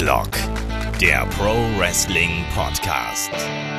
Headlock, der Pro Wrestling Podcast.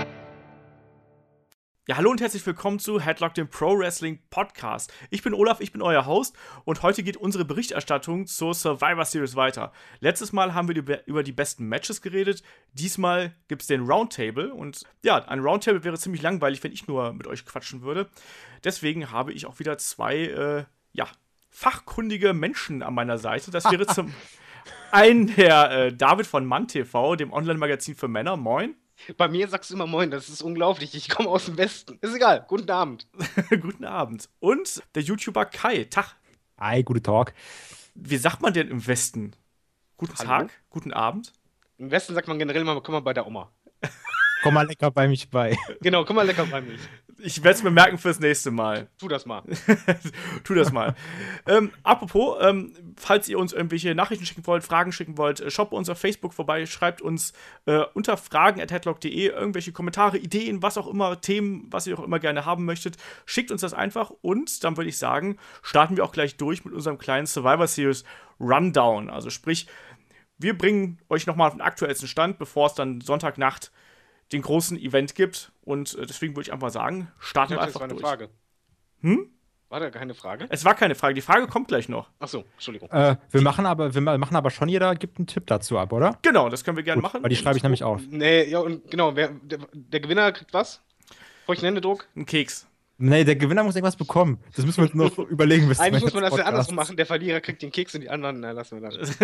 Ja, hallo und herzlich willkommen zu Headlock, dem Pro Wrestling Podcast. Ich bin Olaf, ich bin euer Host und heute geht unsere Berichterstattung zur Survivor Series weiter. Letztes Mal haben wir über die besten Matches geredet, diesmal gibt es den Roundtable und ja, ein Roundtable wäre ziemlich langweilig, wenn ich nur mit euch quatschen würde. Deswegen habe ich auch wieder zwei, fachkundige Menschen an meiner Seite. Das wäre zum einen der David von MannTV, dem Online-Magazin für Männer. Moin. Bei mir sagst du immer Moin, das ist unglaublich. Ich komme aus dem Westen. Ist egal. Guten Abend. Guten Abend. Und der YouTuber Kai. Tag. Hi, guten Tag. Wie sagt man denn im Westen? Guten Hallo? Tag? Guten Abend? Im Westen sagt man generell immer, komm mal bei der Oma. Komm mal lecker bei mich bei. Genau, komm mal lecker bei mir. Ich werde es mir merken fürs nächste Mal. Tu das mal. Tu das mal. Apropos, falls ihr uns irgendwelche Nachrichten schicken wollt, Fragen schicken wollt, schaut bei uns auf Facebook vorbei, schreibt uns unter fragen@headlock.de irgendwelche Kommentare, Ideen, was auch immer, Themen, was ihr auch immer gerne haben möchtet. Schickt uns das einfach und dann würde ich sagen, starten wir auch gleich durch mit unserem kleinen Survivor Series Rundown. Also sprich, wir bringen euch nochmal auf den aktuellsten Stand, bevor es dann Sonntagnacht den großen Event gibt. Und deswegen würde ich einfach sagen, starten wir einfach durch. Das war eine Frage. Hm? War da keine Frage? Es war keine Frage. Die Frage kommt gleich noch. Achso, Entschuldigung. Wir machen aber schon, jeder gibt einen Tipp dazu ab, oder? Genau, das können wir gerne machen. Weil die schreibe ich nämlich auf. Nee, ja, und genau, der Gewinner kriegt was? Feuchten Händedruck? Ein Keks. Nee, der Gewinner muss irgendwas bekommen. Das müssen wir uns noch überlegen. Eigentlich muss man das ja andersrum machen. Der Verlierer kriegt den Keks und die anderen, na, lassen wir das.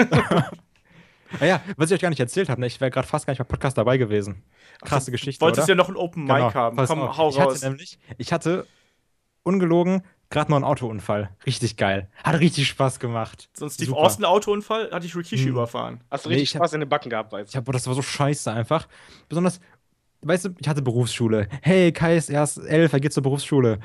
Naja, was ich euch gar nicht erzählt habe, ne? Ich wäre gerade fast gar nicht beim Podcast dabei gewesen. Krasse Geschichte, Wolltest oder? ja noch ein Open Mic haben. Pass Komm, auf. hau raus. Ich hatte ungelogen gerade noch einen Autounfall. Richtig geil. Hat richtig Spaß gemacht. So ein Steve Super. Austin Autounfall hatte ich Rikishi überfahren. Hast du Nee, richtig ich hab- Spaß in den Backen gehabt, weißt du? Das war so scheiße einfach. Besonders, weißt du, ich hatte Berufsschule. Hey, Kai ist erst 11, er geht zur Berufsschule.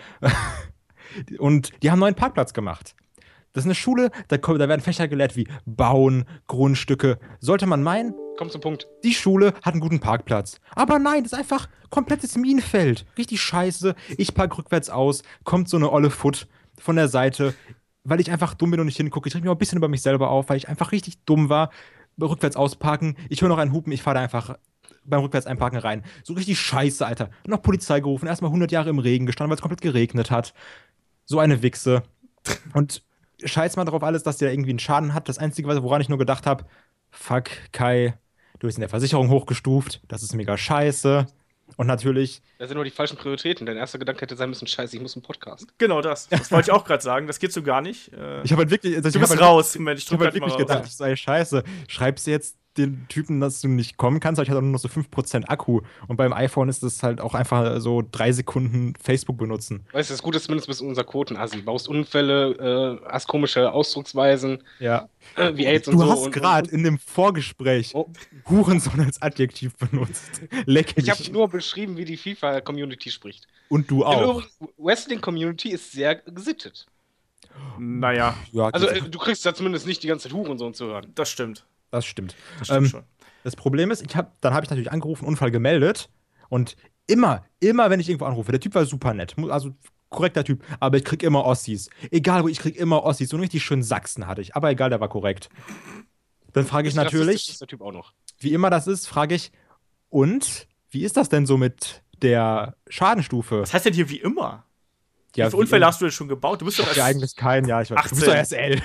Und die haben einen neuen Parkplatz gemacht. Das ist eine Schule, da werden Fächer gelehrt wie Bauen, Grundstücke. Sollte man meinen, Komm zum Punkt. die Schule hat einen guten Parkplatz. Aber nein, das ist einfach komplettes Minenfeld. Richtig scheiße. Ich park rückwärts aus, kommt so eine olle Foot von der Seite, weil ich einfach dumm bin und nicht hingucke. Ich reg mich auch ein bisschen über mich selber auf, weil ich einfach richtig dumm war. Rückwärts ausparken, ich höre noch einen Hupen, ich fahre da einfach beim rückwärts einparken rein. So richtig scheiße, Alter. Noch Polizei gerufen, erstmal 100 Jahre im Regen gestanden, weil es komplett geregnet hat. So eine Wichse. Und scheiß mal drauf alles, dass der irgendwie einen Schaden hat. Das Einzige, woran ich nur gedacht habe, fuck, Kai, du bist in der Versicherung hochgestuft, das ist mega scheiße. Und natürlich, Das sind nur die falschen Prioritäten. Dein erster Gedanke hätte sein müssen, scheiße, ich muss einen Podcast. Genau das. Das wollte ich auch gerade sagen. Das geht so gar nicht. ich habe halt wirklich, Du bist raus. Moment, ich Ich habe drück halt grad mal wirklich raus. gedacht, ich sei scheiße. Schreibst du jetzt den Typen, dass du nicht kommen kannst, aber ich hatte nur noch so 5% Akku. Und beim iPhone ist es halt auch einfach so 3 Sekunden Facebook benutzen. Weißt du, das Gute ist zumindest bist du unser Quotenassi. Baust Unfälle, hast komische Ausdrucksweisen, Ja. wie AIDS und Du so. hast gerade in dem Vorgespräch Oh. Hurensohn als Adjektiv benutzt. Leck Ich habe dich. nur beschrieben, wie die FIFA-Community spricht. Und du Im auch. Übrigen, Wrestling-Community ist sehr gesittet. Naja, Ja, Also, du kriegst da zumindest nicht die ganze Zeit Hurensohn zu hören. das stimmt. das stimmt. Das stimmt schon. Das Problem ist, dann habe ich natürlich angerufen, Unfall gemeldet. Und immer, wenn ich irgendwo anrufe, der Typ war super nett. Also korrekter Typ, aber ich krieg immer Ossis. Egal wo, ich krieg immer Ossis. So einen richtig schönen Sachsen hatte ich. Aber egal, der war korrekt. Dann frage ich Bisschen rassistisch natürlich, ist der Typ auch noch. wie immer das ist, frage ich, und wie ist das denn so mit der Schadenstufe? Was heißt denn hier wie immer? Ja, Wie viele Unfälle hast du denn schon gebaut? Du bist doch Ja, erst eigentlich kein, ja, ich weiß. 18. Du bist doch erst 11.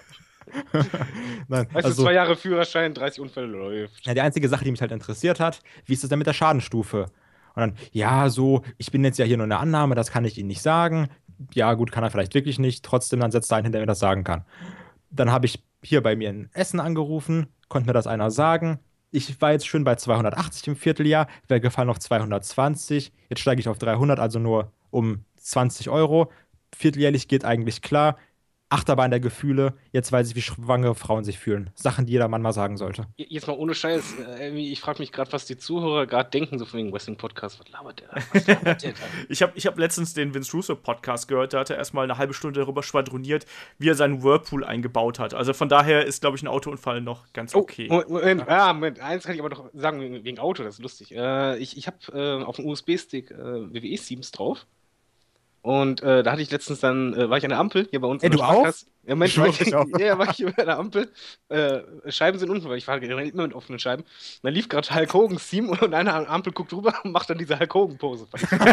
Nein, Weißt also, du, 2 Jahre Führerschein, 30 Unfälle läuft. ja, die einzige Sache, die mich halt interessiert hat, wie ist es denn mit der Schadenstufe? Und dann, ja, so, ich bin jetzt ja hier nur eine Annahme, das kann ich Ihnen nicht sagen. Ja, gut, kann er vielleicht wirklich nicht. Trotzdem, dann setzt er einen hin, der mir das sagen kann. Dann habe ich hier bei mir in Essen angerufen, konnte mir das einer sagen. Ich war jetzt schön bei 280 im Vierteljahr, wäre gefallen auf 220. Jetzt steige ich auf 300, also nur um 20 Euro. Vierteljährlich geht eigentlich klar. Achterbahn der Gefühle. Jetzt weiß ich, wie schwangere Frauen sich fühlen. Sachen, die jeder Mann mal sagen sollte. Jetzt mal ohne Scheiß. Ich frage mich gerade, was die Zuhörer gerade denken, so von wegen Wrestling-Podcast. Was labert der da? Was labert der da? Ich hab letztens den Vince Russo Podcast gehört, da hat er erstmal eine halbe Stunde darüber schwadroniert, wie er seinen Whirlpool eingebaut hat. Also von daher ist, glaube ich, ein Autounfall noch ganz okay. Moment. Eins kann ich aber doch sagen, wegen Auto, das ist lustig. Ich habe auf dem USB-Stick WWE-Themes drauf. Und da hatte ich letztens dann, war ich an der Ampel hier bei uns. Ey, in der du auch? Sparkasse. Ja, Mensch, Schwör ich auch. war ich über der Ampel. Scheiben sind unten, weil ich fahre generell immer mit offenen Scheiben. Und dann lief gerade Hulk Hogan's Team und einer an der Ampel guckt rüber und macht dann diese Hulk Hogan-Pose.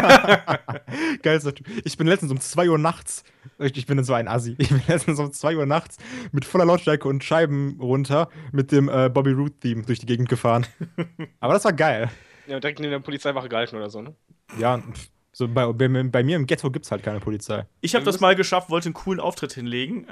Geilster Typ. Ich bin letztens um 2 Uhr nachts, ich bin so ein Assi, ich bin letztens um 2 Uhr nachts mit voller Lautstärke und Scheiben runter mit dem Bobby Roode-Theme durch die Gegend gefahren. Aber das war geil. Ja, direkt neben der Polizeiwache gehalten oder so, ne? Ja, so bei mir im Ghetto gibt's halt keine Polizei. Ich habe das mal geschafft, wollte einen coolen Auftritt hinlegen.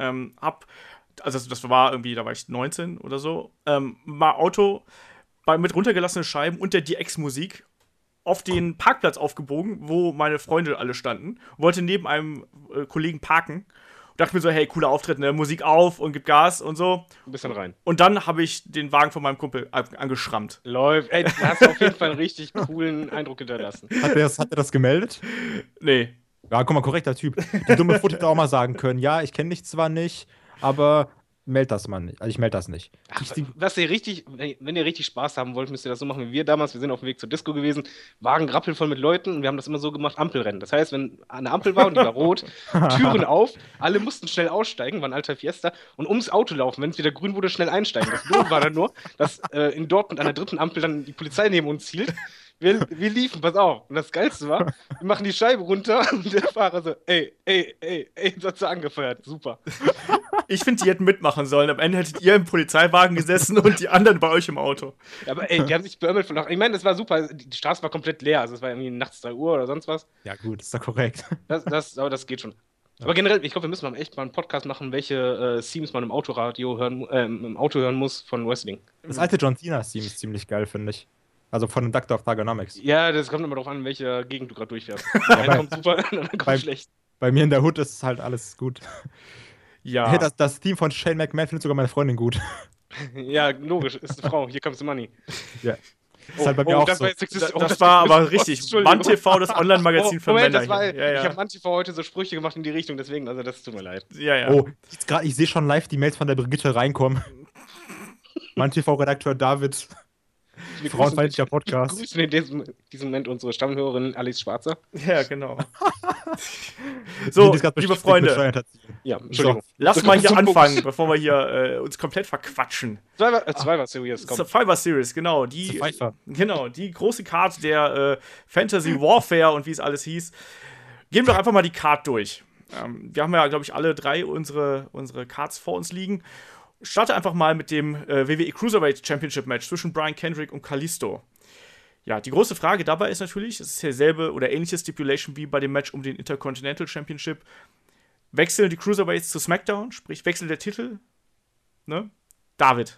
Also das war irgendwie, da war ich 19 oder so. Mal Auto mit runtergelassenen Scheiben und der DX-Musik auf den Parkplatz aufgebogen, wo meine Freunde alle standen. Wollte neben einem Kollegen parken. Und dachte mir so, hey, cooler Auftritt, ne? Musik auf und gib Gas und so. Ein bisschen rein. Und dann habe ich den Wagen von meinem Kumpel angeschrammt. Läuft. Ey, du hast auf jeden Fall einen richtig coolen Eindruck hinterlassen. Hat er das gemeldet? Nee. Ja, guck mal, korrekter Typ. Die dumme Foto hätte auch mal sagen können, ja, ich kenne dich zwar nicht, aber meld das mal nicht. Also ich melde das nicht. Was ihr richtig, wenn ihr richtig Spaß haben wollt, müsst ihr das so machen wie wir damals. Wir sind auf dem Weg zur Disco gewesen, Wagen rappelvoll mit Leuten und wir haben das immer so gemacht, Ampelrennen. Das heißt, wenn eine Ampel war und die war rot, Türen auf, alle mussten schnell aussteigen, war ein alter Fiesta, und ums Auto laufen, wenn es wieder grün wurde, schnell einsteigen. Das Blöde war dann nur, dass in Dortmund an der dritten Ampel dann die Polizei neben uns hielt. Wir liefen, pass auf. Und das Geilste war, wir machen die Scheibe runter und der Fahrer so, ey, das hat so angefeuert. Super. Ich finde, die hätten mitmachen sollen. Am Ende hättet ihr im Polizeiwagen gesessen und die anderen bei euch im Auto. Ja, aber ey, die haben sich beömmelt von. Ich meine, das war super. Die Straße war komplett leer. Also es war irgendwie nachts 3 Uhr oder sonst was. Ja, gut, ist doch korrekt. Aber das geht schon. Aber generell, ich glaube, wir müssen mal echt mal einen Podcast machen, welche Themes man im Autoradio im Auto hören muss von Wrestling. Das alte John Cena-Theme ist ziemlich geil, finde ich. Also von dem Dr. of Thugonomics. Ja, das kommt immer darauf an, in welcher Gegend du gerade durchfährst. Dann kommt super, dann kommt schlecht. Bei mir in der Hood ist halt alles gut. Ja. Hey, das Team von Shane McMahon findet sogar meine Freundin gut. Ja, logisch, ist eine Frau. Hier comes the money. Ja. Ist halt bei mir auch das so. war jetzt sexistisch. Das war aber richtig. MannTV, das Online-Magazin für Moment, Männer. Ich habe MannTV heute so Sprüche gemacht in die Richtung, deswegen, also das tut mir leid. Ja. Oh, ich sehe schon live die Mails von der Brigitte reinkommen. MannTV-Redakteur David. Frauenfeindlicher Podcast. Wir grüßen in diesem Moment unsere Stammhörerin Alice Schwarzer. Ja, genau. So, liebe Freunde. Ja, Entschuldigung. Lass mal hier anfangen, bevor wir hier uns komplett verquatschen. Survivor Series, komm. Survivor Series, genau. Die große Card der Fantasy Warfare und wie es alles hieß. Gehen wir doch einfach mal die Card durch. Wir haben ja, glaube ich, alle 3 unsere Cards vor uns liegen. Starte einfach mal mit dem WWE Cruiserweight Championship Match zwischen Brian Kendrick und Kalisto. Ja, die große Frage dabei ist natürlich, es ist derselbe oder ähnliche Stipulation wie bei dem Match um den Intercontinental Championship. Wechseln die Cruiserweights zu SmackDown, sprich Wechsel der Titel? Ne? David.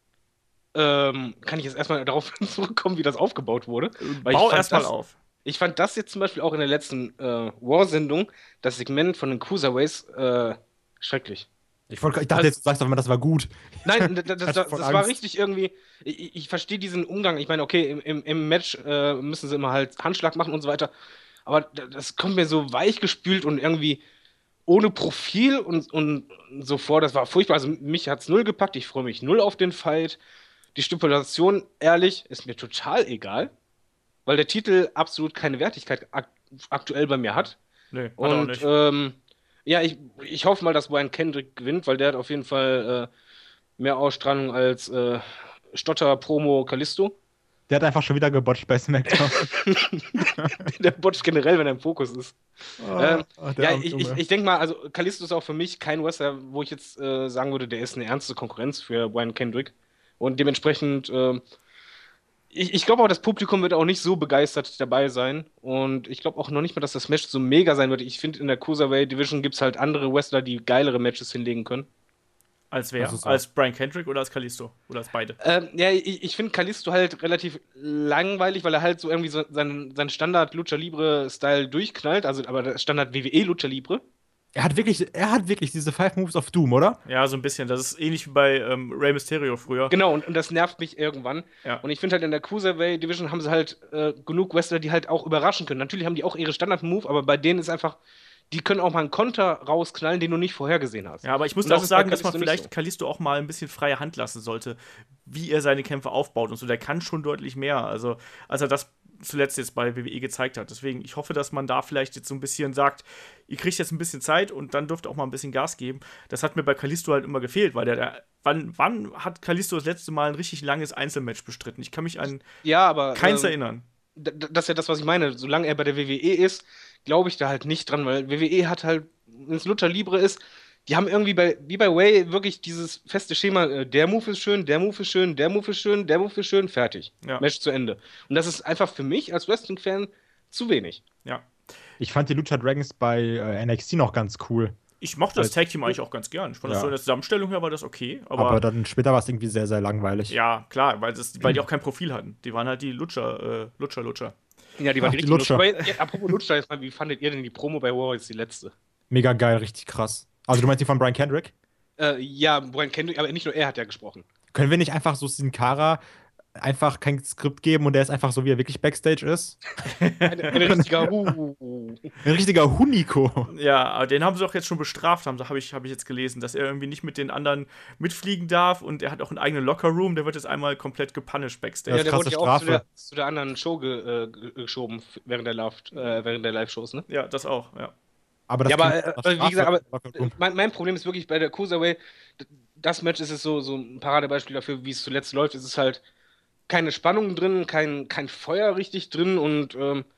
Kann ich jetzt erstmal darauf zurückkommen, wie das aufgebaut wurde? Bau erstmal auf. Ich fand das jetzt zum Beispiel auch in der letzten War-Sendung, das Segment von den Cruiserweights, schrecklich. Ich dachte jetzt, du sagst doch immer, das war gut. Nein, das war richtig irgendwie. Ich verstehe diesen Umgang. Ich meine, okay, im Match müssen sie immer halt Handschlag machen und so weiter. Aber das kommt mir so weichgespült und irgendwie ohne Profil und so vor. Das war furchtbar. Also mich hat's null gepackt. Ich freue mich null auf den Fight. Die Stipulation, ehrlich, ist mir total egal. Weil der Titel absolut keine Wertigkeit aktuell bei mir hat. Nee, hat und auch nicht. ja, ich hoffe mal, dass Brian Kendrick gewinnt, weil der hat auf jeden Fall mehr Ausstrahlung als Stotter-Promo Kalisto. Der hat einfach schon wieder gebotcht bei SmackDown. Der botcht generell, wenn er im Fokus ist. Ich denke mal, also Kalisto ist auch für mich kein Wrestler, wo ich jetzt sagen würde, der ist eine ernste Konkurrenz für Brian Kendrick. Und dementsprechend ich glaube auch, das Publikum wird auch nicht so begeistert dabei sein. Und ich glaube auch noch nicht mal, dass das Match so mega sein wird. Ich finde, in der Cruiserweight Division gibt es halt andere Wrestler, die geilere Matches hinlegen können. Als wer? Als Brian Kendrick oder als Kalisto? Oder als beide? Ja, ich finde Kalisto halt relativ langweilig, weil er halt so irgendwie so seinen Standard Lucha Libre-Style durchknallt. Also, aber der Standard WWE Lucha Libre. Er hat wirklich diese 5 Moves of Doom, oder? Ja, so ein bisschen. Das ist ähnlich wie bei Rey Mysterio früher. Genau, und das nervt mich irgendwann. Ja. Und ich finde halt, in der Cruiserweight Division haben sie halt genug Wrestler, die halt auch überraschen können. Natürlich haben die auch ihre Standard-Move, aber bei denen ist einfach, die können auch mal einen Konter rausknallen, den du nicht vorhergesehen hast. Ja, aber ich muss Und auch das ist bei sagen, dass man Kalisto nicht vielleicht so. Kalisto auch mal ein bisschen freie Hand lassen sollte, wie er seine Kämpfe aufbaut und so. Der kann schon deutlich mehr, also als er das zuletzt jetzt bei WWE gezeigt hat. Deswegen, ich hoffe, dass man da vielleicht jetzt so ein bisschen sagt, ihr kriegt jetzt ein bisschen Zeit und dann dürft ihr auch mal ein bisschen Gas geben. Das hat mir bei Kalisto halt immer gefehlt, weil wann hat Kalisto das letzte Mal ein richtig langes Einzelmatch bestritten? Ich kann mich an Ja, aber keins erinnern. das ist ja das, was ich meine. Solange er bei der WWE ist, glaube ich da halt nicht dran, weil WWE hat halt, wenn es Lucha Libre ist, die haben irgendwie wie bei Way wirklich dieses feste Schema, der Move ist schön, der Move ist schön, der Move ist schön, der Move ist schön, fertig. Ja. Match zu Ende. Und das ist einfach für mich als Wrestling-Fan zu wenig. Ja. Ich fand die Lucha Dragons bei NXT noch ganz cool. Ich mochte das Tag-Team eigentlich auch ganz gern. Ich fand das so in der Zusammenstellung her war das okay. Aber dann später war es irgendwie sehr, sehr langweilig. Ja, klar, weil die auch kein Profil hatten. Die waren halt die Lutscher. Ja, die waren Ach, die die richtigen Lutscher. Aber apropos Lutscher, jetzt mal, wie fandet ihr denn die Promo bei Warriors, die letzte? Mega geil, richtig krass. Also du meinst die von Brian Kendrick? Ja, Brian Kendrick, aber nicht nur er hat ja gesprochen. Können wir nicht einfach so Sin Cara einfach kein Skript geben und der ist einfach so, wie er wirklich Backstage ist? Ein richtiger Ein richtiger Huniko. Ja, aber den haben sie doch jetzt schon bestraft, hab ich jetzt gelesen, dass er irgendwie nicht mit den anderen mitfliegen darf und er hat auch einen eigenen Lockerroom, der wird jetzt einmal komplett gepunished Backstage. Ja, der krasse wurde ja auch Strafe. zu der anderen Show geschoben während der Live-Shows, ne? Ja, das auch, ja. Aber das Ja, aber klingt nach wie gesagt, Strafe. mein Problem ist wirklich bei der Cruiserweight, das Match ist es so ein Paradebeispiel dafür, wie es zuletzt läuft. Es ist halt keine Spannung drin, kein Feuer richtig drin und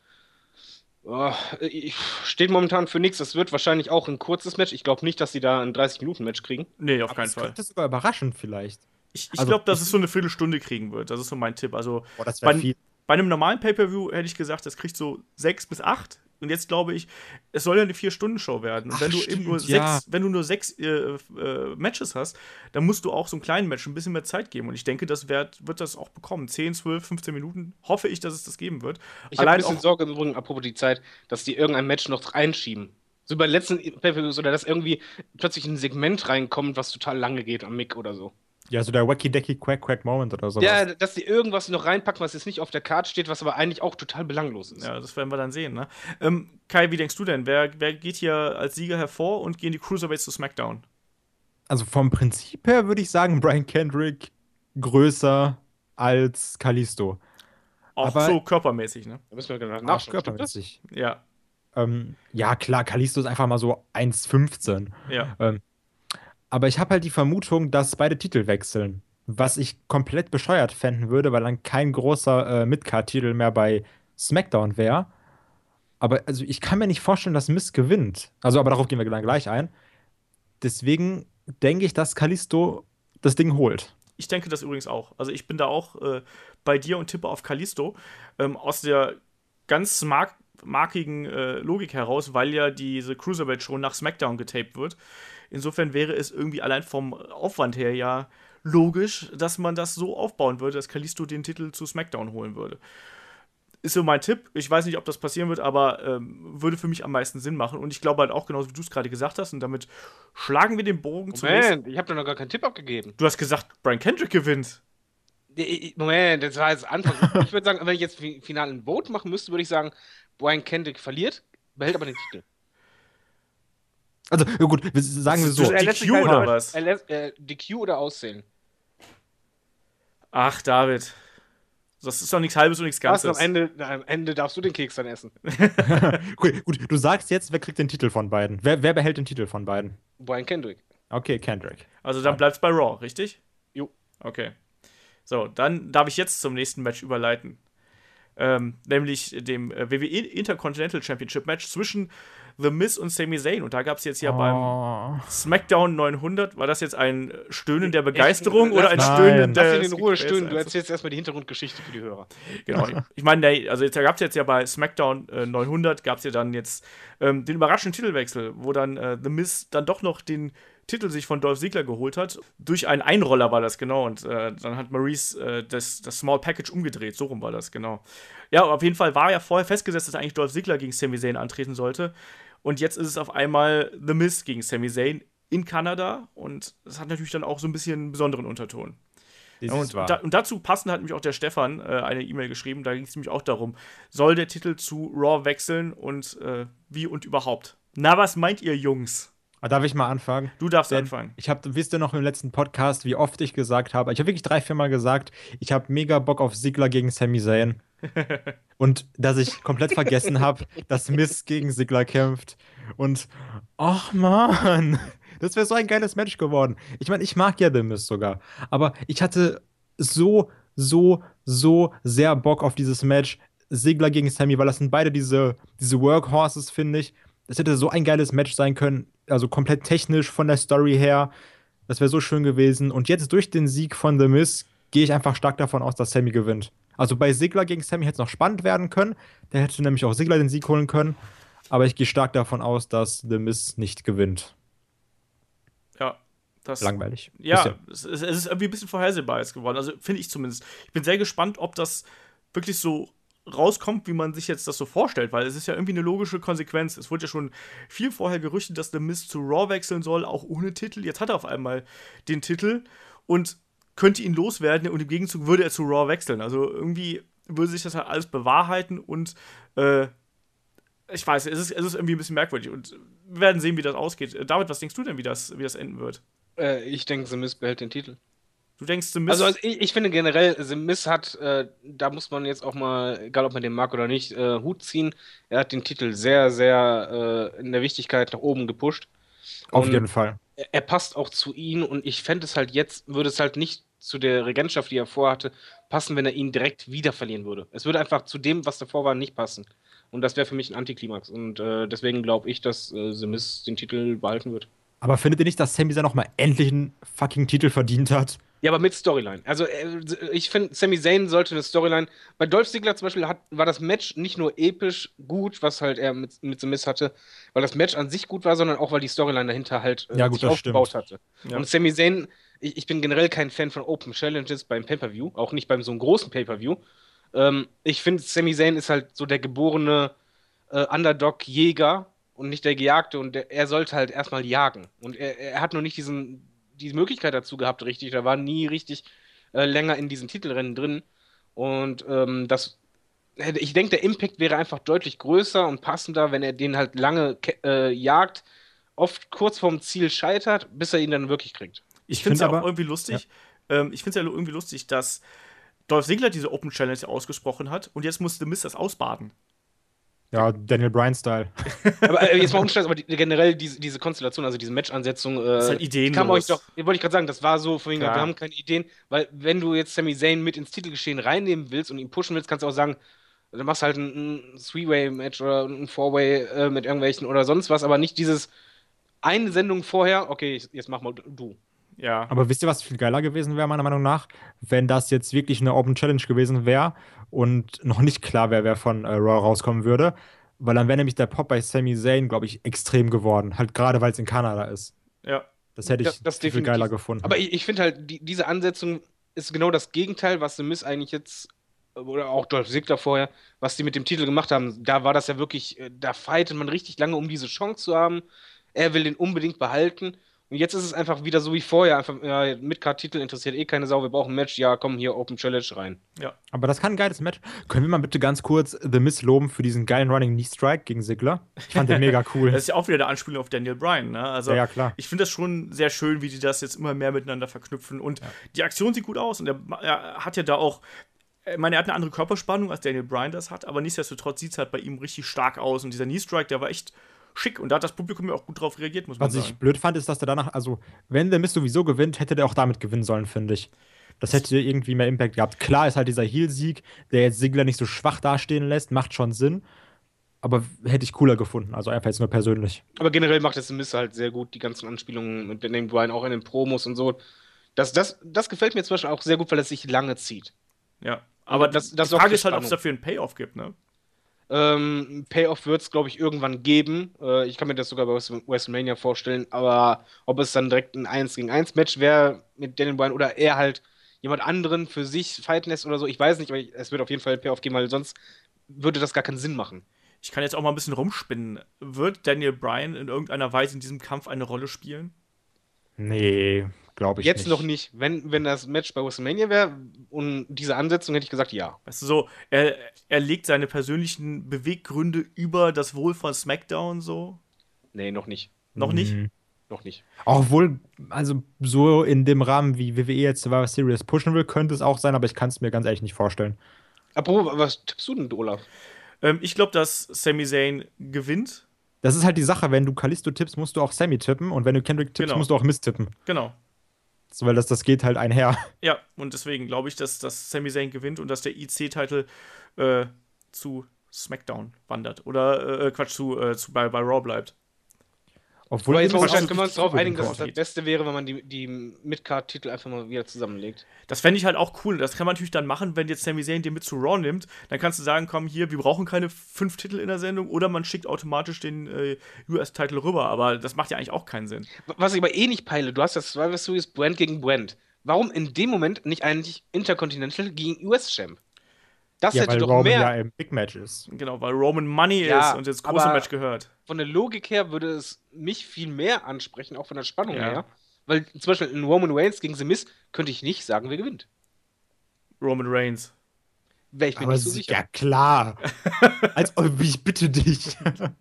steht momentan für nichts. Das wird wahrscheinlich auch ein kurzes Match. Ich glaube nicht, dass sie da ein 30-Minuten-Match kriegen. Nee, auf Aber keinen das Fall. könnte sogar überraschen vielleicht. Ich Also, glaube, dass es so eine Viertelstunde kriegen wird. Das ist so mein Tipp. Also Boah, das wäre viel. bei einem normalen Pay-Per-View hätte ich gesagt, das kriegt so 6 bis 8. Und jetzt glaube ich, es soll ja eine 4-Stunden-Show werden. Und Ach, wenn du stimmt, eben nur ja. wenn du nur 6 Matches hast, dann musst du auch so einem kleinen Match ein bisschen mehr Zeit geben. Und ich denke, das wird das auch bekommen. 10, 12, 15 Minuten hoffe ich, dass es das geben wird. Ich habe ein bisschen auch, Sorge im Übrigen, apropos die Zeit, dass die irgendein Match noch reinschieben. So bei den letzten Pay-Per-Views oder dass irgendwie plötzlich ein Segment reinkommt, was total lange geht am Mic oder so. Ja, so der Wacky Decky Quack Quack Moment oder sowas. Ja, dass die irgendwas noch reinpacken, was jetzt nicht auf der Karte steht, was aber eigentlich auch total belanglos ist. Ja, das werden wir dann sehen, ne? Kai, wie denkst du denn? Wer geht hier als Sieger hervor und gehen die Cruiserweights zu SmackDown? Also vom Prinzip her würde ich sagen, Brian Kendrick größer als Kalisto. Auch Aber- so körpermäßig, ne? Da müssen wir genau Auch nachschauen. Stimmt das? körpermäßig. Ja, Ja, klar, Kalisto ist einfach mal so 1,15. ja. Aber ich habe halt die Vermutung, dass beide Titel wechseln. Was ich komplett bescheuert fänden würde, weil dann kein großer Midcard-Titel mehr bei SmackDown wäre. Aber also ich kann mir nicht vorstellen, dass Miz gewinnt. Also, aber darauf gehen wir dann gleich ein. Deswegen denke ich, dass Kalisto das Ding holt. Ich denke das übrigens auch. Also ich bin da auch bei dir und tippe auf Kalisto. Aus der ganz markigen Logik heraus, weil ja diese Cruiserweight-Show nach SmackDown getaped wird. Insofern wäre es irgendwie allein vom Aufwand her ja logisch, dass man das so aufbauen würde, dass Kalisto den Titel zu SmackDown holen würde. Ist so mein Tipp. Ich weiß nicht, ob das passieren wird, aber würde für mich am meisten Sinn machen. Und ich glaube halt auch, genauso wie du es gerade gesagt hast, und damit schlagen wir den Bogen zunächst. Moment, ich habe doch noch gar keinen Tipp abgegeben. Du hast gesagt, Brian Kendrick gewinnt. Moment, das war jetzt Anfang. Ich würde sagen, wenn ich jetzt final ein Vote machen müsste, würde ich sagen, Brian Kendrick verliert, behält aber den Titel. Also, ja gut, sagen wir so. Das- Er lässt sich DQ halt- oder was? Er lässt DQ oder auszählen. Ach, David. Das ist doch nichts Halbes und nichts Was, Ganzes. am Ende darfst du den Keks dann essen. Gut, du sagst jetzt, wer kriegt den Titel von beiden? Wer behält den Titel von beiden? Brian Kendrick. Okay, Kendrick. Also dann bleibt's bei Raw, richtig? Jo. Okay. So, dann darf ich jetzt zum nächsten Match überleiten. Nämlich dem WWE Intercontinental Championship Match zwischen The Miz und Sami Zayn. Und da gab es jetzt ja beim SmackDown 900, war das jetzt ein Stöhnen der Begeisterung oder ein Nein. Stöhnen Lass der... ihn in Ruhe stöhnen, du erzählst erstmal die Hintergrundgeschichte für die Hörer. Genau. Ich meine, also da gab es jetzt ja bei SmackDown 900 gab es ja dann jetzt den überraschenden Titelwechsel, wo dann The Miz dann doch noch den Titel sich von Dolph Ziggler geholt hat. Durch einen Einroller war das, genau. Und dann hat Maurice das Small Package umgedreht. So rum war das, genau. Ja, auf jeden Fall war ja vorher festgesetzt, dass eigentlich Dolph Ziggler gegen Sami Zayn antreten sollte. Und jetzt ist es auf einmal The Miz gegen Sami Zayn in Kanada. Und das hat natürlich dann auch so ein bisschen einen besonderen Unterton. Und dazu passend hat nämlich auch der Stefan eine E-Mail geschrieben. Da ging es nämlich auch darum, soll der Titel zu Raw wechseln und wie und überhaupt. Na, was meint ihr, Jungs? Darf ich mal anfangen? Du darfst anfangen. Wisst ihr noch im letzten Podcast, wie oft ich gesagt habe, ich habe wirklich 3-4 Mal gesagt, ich habe mega Bock auf Ziggler gegen Sami Zayn. Und dass ich komplett vergessen habe, dass Miz gegen Ziggler kämpft. Und, ach man, das wäre so ein geiles Match geworden. Ich meine, ich mag ja The Miz sogar. Aber ich hatte so sehr Bock auf dieses Match. Ziggler gegen Sami, weil das sind beide diese Workhorses, finde ich. Das hätte so ein geiles Match sein können. Also komplett technisch von der Story her. Das wäre so schön gewesen. Und jetzt durch den Sieg von The Miz gehe ich einfach stark davon aus, dass Sami gewinnt. Also bei Ziggler gegen Sami hätte es noch spannend werden können. Der hätte nämlich auch Ziggler den Sieg holen können. Aber ich gehe stark davon aus, dass The Miz nicht gewinnt. Ja. Langweilig. Ja, es ist irgendwie ein bisschen vorhersehbar jetzt geworden. Also finde ich zumindest. Ich bin sehr gespannt, ob das wirklich so rauskommt, wie man sich jetzt das so vorstellt, weil es ist ja irgendwie eine logische Konsequenz. Es wurde ja schon viel vorher gerüchtet, dass The Miz zu Raw wechseln soll, auch ohne Titel. Jetzt hat er auf einmal den Titel und könnte ihn loswerden und im Gegenzug würde er zu Raw wechseln. Also irgendwie würde sich das halt alles bewahrheiten und ich weiß, es ist irgendwie ein bisschen merkwürdig und wir werden sehen, wie das ausgeht. David, was denkst du denn, wie das enden wird? Ich denke, The Miz behält den Titel. Du denkst, The Miz... Also ich finde generell, The Miz hat, da muss man jetzt auch mal, egal ob man den mag oder nicht, Hut ziehen. Er hat den Titel sehr, sehr in der Wichtigkeit nach oben gepusht. Auf jeden Fall. Er passt auch zu ihm und ich fände es halt jetzt, würde es halt nicht zu der Regentschaft, die er vorhatte, passen, wenn er ihn direkt wieder verlieren würde. Es würde einfach zu dem, was davor war, nicht passen. Und das wäre für mich ein Antiklimax. Und deswegen glaube ich, dass The Miz den Titel behalten wird. Aber findet ihr nicht, dass Sami Zayn noch mal endlich einen fucking Titel verdient hat? Ja, aber mit Storyline. Also ich finde, Sami Zayn sollte eine Storyline. Bei Dolph Ziggler zum Beispiel war das Match nicht nur episch gut, was halt er mit The Miz hatte, weil das Match an sich gut war, sondern auch, weil die Storyline dahinter halt Ja, gut, sich aufgebaut hatte. Ja. Und Sami Zayn, ich bin generell kein Fan von Open Challenges beim Pay-Per-View, auch nicht beim so einem großen Pay-Per-View. Ich finde, Sami Zayn ist halt so der geborene Underdog-Jäger und nicht der Gejagte und er sollte halt erstmal jagen. Und er hat noch nicht die Möglichkeit dazu gehabt, richtig. Da war nie richtig länger in diesen Titelrennen drin. Und ich denke, der Impact wäre einfach deutlich größer und passender, wenn er den halt lange jagt, oft kurz vorm Ziel scheitert, bis er ihn dann wirklich kriegt. Ich finde es ja auch irgendwie lustig. Ja. Ich finde es ja irgendwie lustig, dass Dolph Ziggler diese Open Challenge ausgesprochen hat und jetzt musste Miz das ausbaden. Ja, Daniel Bryan-Style. Aber jetzt mal umstellen, aber generell diese Konstellation, also diese Match-Ansetzung, ist halt ideenlos. Kam euch doch, wollte ich gerade sagen, das war so, von wegen, wir haben keine Ideen, weil wenn du jetzt Sami Zayn mit ins Titelgeschehen reinnehmen willst und ihn pushen willst, kannst du auch sagen, dann machst halt ein Three-Way-Match oder ein Four-Way mit irgendwelchen oder sonst was, aber nicht dieses eine Sendung vorher, okay, jetzt mach mal du. Ja. Aber wisst ihr, was viel geiler gewesen wäre, meiner Meinung nach? Wenn das jetzt wirklich eine Open Challenge gewesen wäre und noch nicht klar wäre, wer von Raw rauskommen würde. Weil dann wäre nämlich der Pop bei Sami Zayn, glaube ich, extrem geworden. Halt gerade, weil es in Kanada ist. Ja. Das hätte ich viel geiler gefunden. Aber ich finde halt, diese Ansetzung ist genau das Gegenteil, was The Miz eigentlich jetzt, oder auch Dolph Ziggler vorher, was die mit dem Titel gemacht haben. Da war das ja wirklich, da fightet man richtig lange, um diese Chance zu haben. Er will den unbedingt behalten. Und jetzt ist es einfach wieder so wie vorher. Einfach, ja, Midcard-Titel interessiert eh keine Sau, wir brauchen ein Match. Ja, komm, hier, Open Challenge rein. Ja. Aber das kann ein geiles Match. Können wir mal bitte ganz kurz The Miz loben für diesen geilen Running Knee Strike gegen Ziggler? Ich fand den mega cool. Das ist ja auch wieder der Anspielung auf Daniel Bryan, ne? Also, ja, klar. Ich finde das schon sehr schön, wie die das jetzt immer mehr miteinander verknüpfen. Und die Aktion sieht gut aus. Und er hat ja da auch, ich meine, er hat eine andere Körperspannung, als Daniel Bryan das hat. Aber nichtsdestotrotz sieht es halt bei ihm richtig stark aus. Und dieser Knee Strike, der war echt schick. Und da hat das Publikum ja auch gut drauf reagiert, muss man sagen. Was ich blöd fand, ist, dass der danach, also, wenn der Miz sowieso gewinnt, hätte der auch damit gewinnen sollen, finde ich. Das hätte irgendwie mehr Impact gehabt. Klar ist halt dieser Heel-Sieg, der jetzt Ziggler nicht so schwach dastehen lässt, macht schon Sinn. Aber hätte ich cooler gefunden. Also einfach jetzt nur persönlich. Aber generell macht es The Miz halt sehr gut, die ganzen Anspielungen mit Daniel Bryan, auch in den Promos und so. Das gefällt mir zum Beispiel auch sehr gut, weil es sich lange zieht. Ja, aber das die Frage ist halt, ob es dafür einen Payoff gibt, ne? Payoff wird es, glaube ich, irgendwann geben. Ich kann mir das sogar bei WrestleMania vorstellen, aber ob es dann direkt ein 1-gegen-1 Match wäre mit Daniel Bryan oder er halt jemand anderen für sich fighten lässt oder so, ich weiß nicht, aber es wird auf jeden Fall Payoff geben, weil sonst würde das gar keinen Sinn machen. Ich kann jetzt auch mal ein bisschen rumspinnen. Wird Daniel Bryan in irgendeiner Weise in diesem Kampf eine Rolle spielen? Nee, glaube ich jetzt nicht. Jetzt noch nicht. Wenn das Match bei WrestleMania wäre und diese Ansetzung, hätte ich gesagt, ja. Weißt du, so, er legt seine persönlichen Beweggründe über das Wohl von SmackDown so? Nee, noch nicht. Noch nicht? Noch nicht. Obwohl, also so in dem Rahmen, wie WWE jetzt Survivor Series pushen will, könnte es auch sein, aber ich kann es mir ganz ehrlich nicht vorstellen. Apropos, was tippst du denn, Olaf? Ich glaube, dass Sami Zayn gewinnt. Das ist halt die Sache, wenn du Kalisto tippst, musst du auch Sammy tippen und wenn du Kendrick tippst, Genau. musst du auch Miz tippen. Genau. So, weil das geht halt einher. Ja, und deswegen glaube ich, dass Sami Zayn gewinnt und dass der IC-Titel zu SmackDown wandert. Oder, bei Raw bleibt. Obwohl Aber jetzt Miz mal auch können wir uns darauf einigen, dass es Rekord. das Beste wäre, wenn man die Mid-Card-Titel einfach mal wieder zusammenlegt. Das fände ich halt auch cool. Das kann man natürlich dann machen, wenn jetzt Sami Zayn den mit zu Raw nimmt. Dann kannst du sagen, komm hier, wir brauchen keine 5 Titel in der Sendung. Oder man schickt automatisch den US-Titel rüber. Aber das macht ja eigentlich auch keinen Sinn. Was ich aber nicht peile, du hast das Survivor Series Brand gegen Brand. Warum in dem Moment nicht eigentlich Intercontinental gegen US-Champ? Das Ja, hätte weil doch Roman mehr. ja im Big Match ist. Genau, weil Roman Money Ja, ist und das große aber- Match gehört. Von der Logik her würde es mich viel mehr ansprechen, auch von der Spannung Ja. her. Weil zum Beispiel in Roman Reigns gegen The Miz könnte ich nicht sagen, wer gewinnt. Roman Reigns. Wäre ich mir Aber nicht so sicher. ja, klar. Als ob ich bitte dich.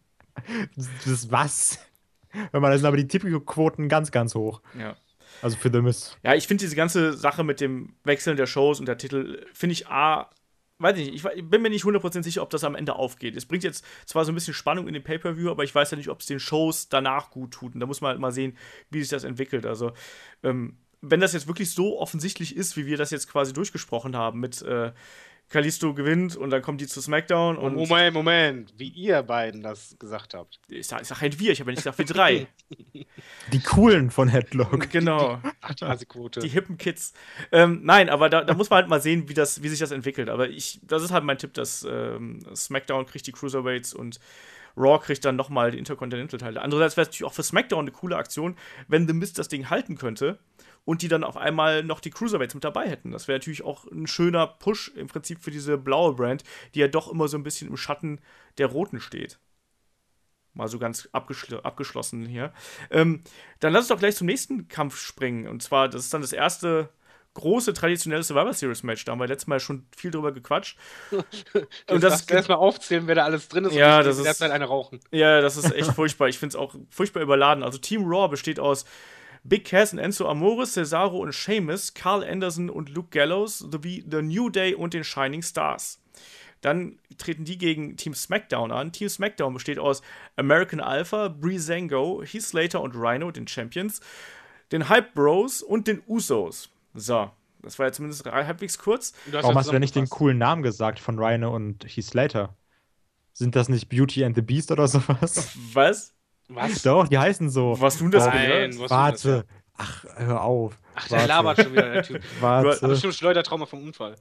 Das was? Wenn man, da sind aber die Tippquoten ganz, ganz hoch. Ja. Also für The Miz. Ja, ich finde diese ganze Sache mit dem Wechseln der Shows und der Titel, finde ich weiß ich nicht, ich bin mir nicht 100% sicher, ob das am Ende aufgeht. Es bringt jetzt zwar so ein bisschen Spannung in den Pay-Per-View, aber ich weiß ja nicht, ob es den Shows danach gut tut. Und da muss man halt mal sehen, wie sich das entwickelt. Also, wenn das jetzt wirklich so offensichtlich ist, wie wir das jetzt quasi durchgesprochen haben, mit Kalisto gewinnt und dann kommt die zu SmackDown und Moment, wie ihr beiden das gesagt habt. ich sag halt wir, ich habe ja nicht gesagt wir 3. Die coolen von Headlock. Genau. Ach, die Hasequote. Die hippen Kids. Nein, aber da muss man halt mal sehen, wie sich das entwickelt. Aber das ist halt mein Tipp, dass SmackDown kriegt die Cruiserweights und Raw kriegt dann nochmal die Intercontinental-Teile. Andererseits wäre es natürlich auch für SmackDown eine coole Aktion, wenn The Miz das Ding halten könnte und die dann auf einmal noch die Cruiserweights mit dabei hätten. Das wäre natürlich auch ein schöner Push im Prinzip für diese blaue Brand, die ja doch immer so ein bisschen im Schatten der roten steht. Mal so ganz abgeschlossen hier. Dann lass uns doch gleich zum nächsten Kampf springen. Und zwar, das ist dann das erste große traditionelle Survivor Series Match. Da haben wir letztes Mal schon viel drüber gequatscht. Und das erstmal aufzählen, wer da alles drin ist. Ja, und das in ist- der Zeit eine rauchen. Ja, das ist echt furchtbar. Ich finde es auch furchtbar überladen. Also Team Raw besteht aus Big Cass und Enzo Amore, Cesaro und Sheamus, Carl Anderson und Luke Gallows sowie The New Day und den Shining Stars. Dann treten die gegen Team SmackDown an. Team SmackDown besteht aus American Alpha, Breezango, Heath Slater und Rhino, den Champions, den Hype Bros und den Usos. So, das war ja zumindest halbwegs kurz. Warum hast du denn nicht den coolen Namen gesagt von Rhino und Heath Slater? Sind das nicht Beauty and the Beast oder sowas? Was? Was? Doch, die heißen so. Was tun das Nein, gehört? was Warte. Ach, hör auf. Ach, der labert schon wieder, der Typ. Hat Warte. bestimmt Schleudertrauma vom Unfall.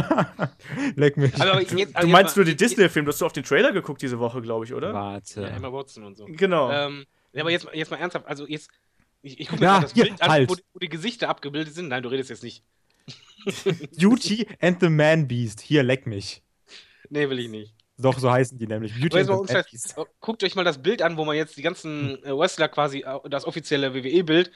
Leck mich. Aber jetzt, Du meinst nur den Disney-Film, du hast du auf den Trailer geguckt diese Woche, glaube ich, oder? Warte. Ja, Emma Watson und so. Genau. Ja, aber jetzt mal ernsthaft, also jetzt, ich gucke mir Ja, gerade das hier, Bild an, halt. wo die Gesichter abgebildet sind. Nein, du redest jetzt nicht. Beauty and the Man Beast. Hier, leck mich. Nee, will ich nicht. Doch, so heißen die nämlich. Beauty Aber jetzt mal and the Man Beast. guckt euch mal das Bild an, wo man jetzt die ganzen Wrestler quasi, das offizielle WWE-Bild,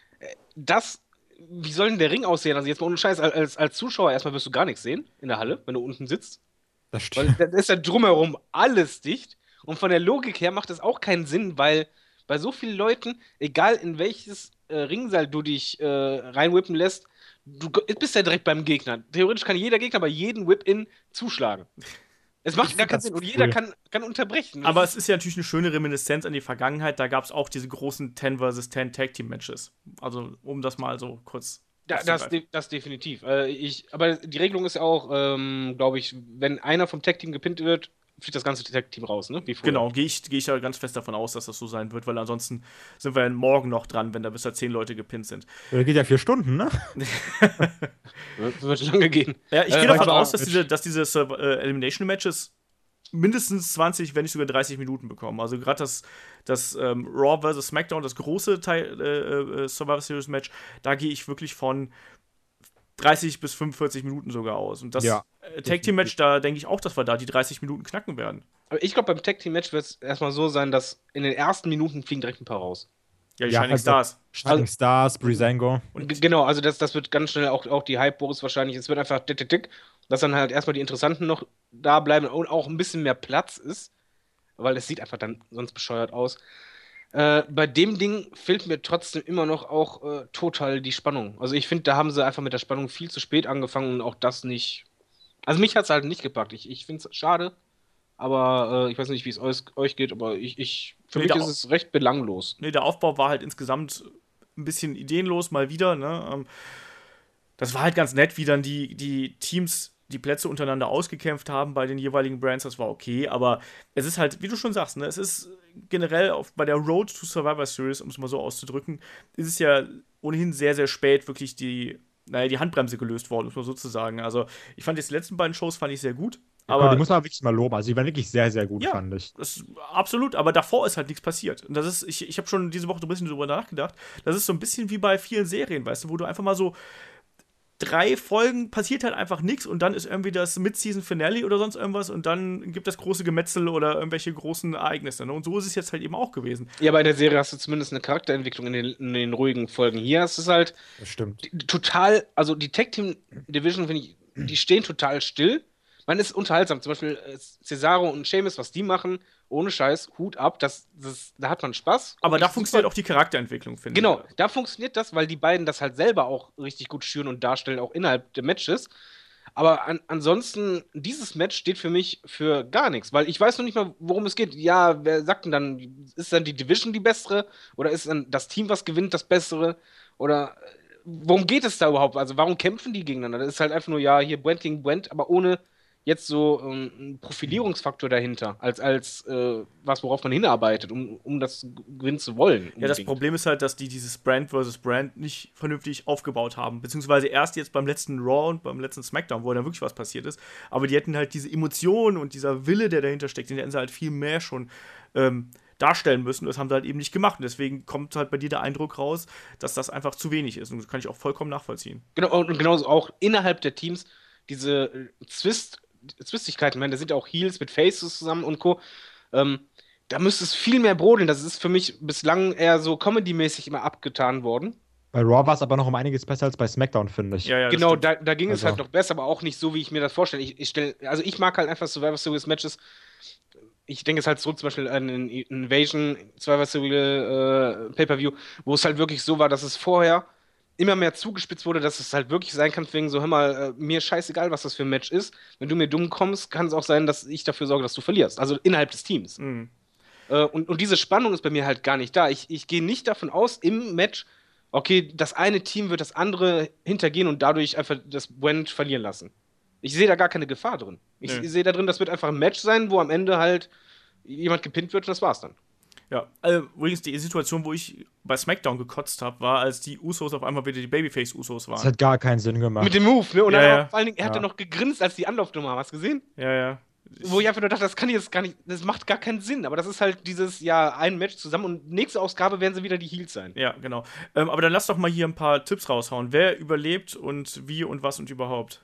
wie soll denn der Ring aussehen? Also jetzt mal ohne Scheiß, als Zuschauer erstmal wirst du gar nichts sehen in der Halle, wenn du unten sitzt. Das Weil stimmt. da ist ja drumherum alles dicht. Und von der Logik her macht das auch keinen Sinn, weil bei so vielen Leuten, egal in welches Ringseil du dich reinwhippen lässt, du bist ja direkt beim Gegner. Theoretisch kann jeder Gegner bei jedem Whip-In zuschlagen. Es macht gar keinen das Sinn. Und cool. jeder kann unterbrechen. Aber Das es ist ja natürlich eine schöne Reminiszenz an die Vergangenheit. Da gab es auch diese großen 10 vs. 10 Tag Team Matches. Also, um das mal so kurz. das definitiv. Aber die Regelung ist ja auch, glaube ich, wenn einer vom Tag-Team gepinnt wird, fliegt das ganze Tag-Team raus, ne? Wie früher. Genau, gehe ich ja ganz fest davon aus, dass das so sein wird, weil ansonsten sind wir ja morgen noch dran, wenn da bis da 10 Leute gepinnt sind. Das geht ja 4 Stunden, ne? Wird lange gehen. Ja, ich gehe davon aber- aus, dass diese Elimination-Matches mindestens 20, wenn nicht sogar 30 Minuten bekommen. Also gerade das Raw vs. SmackDown, das große Teil Survivor Series Match, da gehe ich wirklich von 30 bis 45 Minuten sogar aus. Und das Ja, Tag Team Match, da denke ich auch, dass wir da die 30 Minuten knacken werden. Aber ich glaube, beim Tag-Team-Match wird es erstmal so sein, dass in den ersten Minuten fliegen direkt ein paar raus. Ja, die Ja, Shining also- Stars. Shining Stars, Breezango. Genau, also das wird ganz schnell auch die Hype-Boris wahrscheinlich, es wird einfach tick, dass dann halt erstmal die Interessanten noch da bleiben und auch ein bisschen mehr Platz ist, weil es sieht einfach dann sonst bescheuert aus. Bei dem Ding fehlt mir trotzdem immer noch auch total die Spannung. Also ich finde, da haben sie einfach mit der Spannung viel zu spät angefangen und auch das nicht. Also mich hat es halt nicht gepackt. Ich finde es schade, aber ich weiß nicht, wie es euch geht, aber für Nee, mich der ist es recht belanglos. Nee, der Aufbau war halt insgesamt ein bisschen ideenlos mal wieder. Ne? Das war halt ganz nett, wie dann die Teams die Plätze untereinander ausgekämpft haben bei den jeweiligen Brands. Das war okay, aber es ist halt, wie du schon sagst, ne, es ist generell bei der Road to Survivor Series, um es mal so auszudrücken, ist es ja ohnehin sehr, sehr spät wirklich die Handbremse gelöst worden, muss man sozusagen. Also ich fand jetzt die letzten beiden Shows fand ich sehr gut. Aber die Aber muss man wirklich mal loben. Also die waren wirklich sehr, sehr gut, ja, fand ich. absolut, aber davor ist halt nichts passiert. Und das ist, ich habe schon diese Woche so ein bisschen drüber nachgedacht. Das ist so ein bisschen wie bei vielen Serien, weißt du, wo du einfach mal so 3 Folgen passiert halt einfach nichts und dann ist irgendwie das Mid-Season-Finale oder sonst irgendwas und dann gibt es große Gemetzel oder irgendwelche großen Ereignisse. Ne? Und so ist es jetzt halt eben auch gewesen. Ja, bei der Serie hast du zumindest eine Charakterentwicklung in den ruhigen Folgen. Hier ist es halt Das stimmt. total, also die Tag Team Division, finde ich, die stehen total still. Man ist unterhaltsam. Zum Beispiel Cesaro und Sheamus, was die machen, ohne Scheiß, Hut ab, da hat man Spaß. Aber da Super. funktioniert auch die Charakterentwicklung, finde ich. Genau, da funktioniert das, weil die beiden das halt selber auch richtig gut schüren und darstellen, auch innerhalb der Matches. Aber ansonsten, dieses Match steht für mich für gar nichts, weil ich weiß noch nicht mal, worum es geht. Ja, wer sagt denn dann, ist dann die Division die bessere? Oder ist dann das Team, was gewinnt, das bessere? Oder worum geht es da überhaupt? Also warum kämpfen die gegeneinander? Das ist halt einfach nur, ja, hier Brent gegen Brent, aber ohne jetzt so einen Profilierungsfaktor dahinter, als was, worauf man hinarbeitet, um das gewinnen zu wollen. Ja, das unbedingt. Problem ist halt, dass die dieses Brand versus Brand nicht vernünftig aufgebaut haben. Beziehungsweise erst jetzt beim letzten Raw und beim letzten SmackDown, wo dann wirklich was passiert ist. Aber die hätten halt diese Emotionen und dieser Wille, der dahinter steckt, den hätten sie halt viel mehr schon darstellen müssen. Das haben sie halt eben nicht gemacht. Und deswegen kommt halt bei dir der Eindruck raus, dass das einfach zu wenig ist. Und das kann ich auch vollkommen nachvollziehen. Genau, und genauso auch innerhalb der Teams diese Zwistigkeiten, ich meine, da sind ja auch Heels mit Faces zusammen und Co. Da müsste es viel mehr brodeln. Das ist für mich bislang eher so Comedy-mäßig immer abgetan worden. Bei Raw war es aber noch um einiges besser als bei SmackDown, finde ich. Ja, ja, das Genau, stimmt. da ging es Also- halt noch besser, aber auch nicht so, wie ich mir das vorstelle. Also ich mag halt einfach Survivor Series Matches. Ich denke es halt zurück zum Beispiel an den Invasion Survivor Series Pay-Per-View, wo es halt wirklich so war, dass es vorher immer mehr zugespitzt wurde, dass es halt wirklich sein kann, wegen so, hör mal, mir scheißegal, was das für ein Match ist. Wenn du mir dumm kommst, kann es auch sein, dass ich dafür sorge, dass du verlierst. Also innerhalb des Teams. Mhm. Und diese Spannung ist bei mir halt gar nicht da. Ich gehe nicht davon aus, im Match, okay, das eine Team wird das andere hintergehen und dadurch einfach das Brand verlieren lassen. Ich sehe da gar keine Gefahr drin. Ich Nö. sehe da drin, das wird einfach ein Match sein, wo am Ende halt jemand gepinnt wird und das war's dann. Ja, übrigens die Situation, wo ich bei SmackDown gekotzt habe, war, als die Usos auf einmal wieder die Babyface-Usos Das waren. hat gar keinen Sinn gemacht. Mit dem Move, ne? Und Ja, dann ja. auch, vor allen Dingen, er hat Ja. dann noch gegrinst, als die Anlaufnummer haben. Hast du gesehen? Ja, ja. Wo ich einfach nur dachte, das kann jetzt gar nicht, das macht gar keinen Sinn. Aber das ist halt dieses, ja, ein Match zusammen und nächste Ausgabe werden sie wieder die Heels sein. Ja, genau. Aber dann lass doch mal hier ein paar Tipps raushauen. Wer überlebt und wie und was und überhaupt?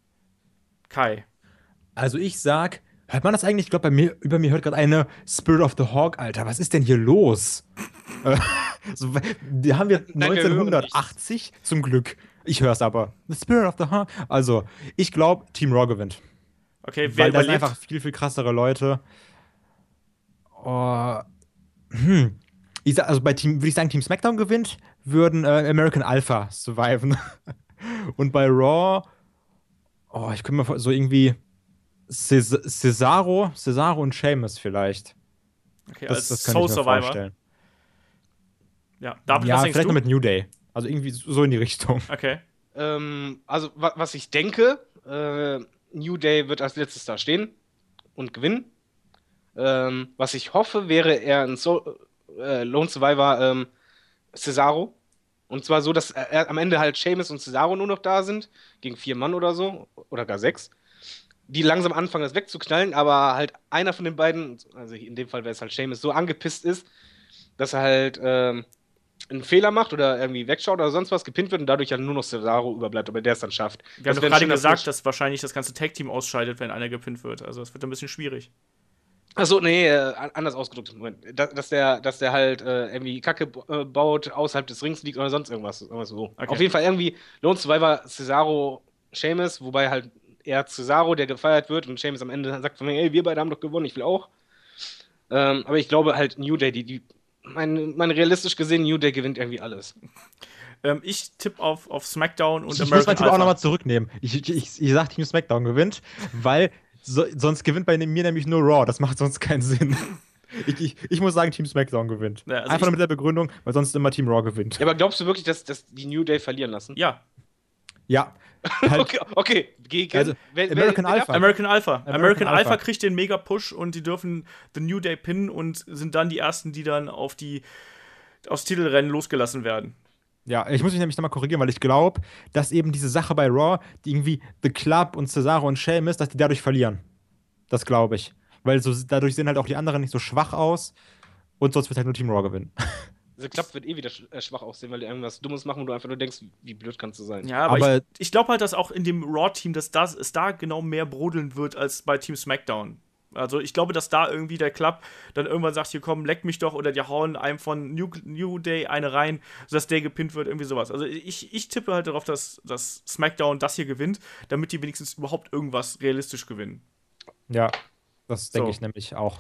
Kai. Also ich sag, hört man das eigentlich? Ich glaube, über mir hört gerade eine Spirit of the Hawk, Alter. Was ist denn hier los? Die haben wir Nein, wir hören 1980 zum Glück. Ich höre es aber. The Spirit of the Hawk. Also, ich glaube, Team Raw gewinnt. Okay, wer Weil da sind überlebt? einfach viel, viel krassere Leute. Oh, also würde ich sagen, Team SmackDown gewinnt, würden American Alpha surviven. Und bei Raw, ich könnte mir so irgendwie Cesaro und Sheamus vielleicht. Okay, Das als könnte Soul ich mir Survivor. vorstellen. Ja, David, Ja, was vielleicht denkst noch du? mit New Day. Also irgendwie so in die Richtung. Okay. Also, was ich denke, New Day wird als letztes da stehen und gewinnen. Was ich hoffe, wäre eher ein Lone Survivor Cesaro. Und zwar so, dass am Ende halt Sheamus und Cesaro nur noch da sind, gegen 4 Mann oder so, oder gar 6, die langsam anfangen, das wegzuknallen, aber halt einer von den beiden, also in dem Fall wäre es halt Sheamus, so angepisst ist, dass er halt einen Fehler macht oder irgendwie wegschaut oder sonst was, gepinnt wird und dadurch halt nur noch Cesaro überbleibt, aber der es dann schafft. Wir haben Das doch wär ein gerade schöner gesagt, Finish. dass wahrscheinlich das ganze Tag-Team ausscheidet, wenn einer gepinnt wird. Also es wird ein bisschen schwierig. Achso, nee, anders ausgedrückt. Moment. Dass der halt irgendwie Kacke baut, außerhalb des Rings liegt oder sonst irgendwas. So. Okay. Auf jeden Fall irgendwie Lone Survivor Cesaro Sheamus, wobei halt eher Cesaro, der gefeiert wird und Sheamus am Ende sagt von mir, ey, wir beide haben doch gewonnen, ich will auch. Aber ich glaube halt New Day, die realistisch gesehen, New Day gewinnt irgendwie alles. Ich tippe auf SmackDown und Ich muss American mein Tipp auch Alpha. nochmal zurücknehmen. Ich sag, Team SmackDown gewinnt, weil sonst gewinnt bei mir nämlich nur Raw. Das macht sonst keinen Sinn. Ich muss sagen, Team SmackDown gewinnt. Ja, also Einfach nur mit der Begründung, weil sonst immer Team Raw gewinnt. Ja, aber glaubst du wirklich, dass die New Day verlieren lassen? Ja, Ja. Halt, Okay, gegen. Also, American Alpha. American Alpha. American American Alpha Alpha kriegt den Mega-Push und die dürfen The New Day pinnen und sind dann die Ersten, die dann aufs Titelrennen losgelassen werden. Ja, ich muss mich nämlich nochmal korrigieren, weil ich glaube, dass eben diese Sache bei Raw, die irgendwie The Club und Cesaro und Sheamus, dass die dadurch verlieren. Das glaube ich. Weil dadurch sehen halt auch die anderen nicht so schwach aus und sonst wird halt nur Team Raw gewinnen. Diese Klapp wird wieder schwach aussehen, weil die irgendwas Dummes machen und du einfach nur denkst, wie blöd kannst du sein. Ja, aber Aber- ich glaube halt, dass auch in dem Raw-Team, dass es da genau mehr brodeln wird als bei Team SmackDown. Also ich glaube, dass da irgendwie der Club dann irgendwann sagt, hier komm, leck mich doch, oder die hauen einem von New Day eine rein, sodass der gepinnt wird, irgendwie sowas. Also ich tippe halt darauf, dass SmackDown das hier gewinnt, damit die wenigstens überhaupt irgendwas realistisch gewinnen. Ja, das denke So. ich nämlich auch.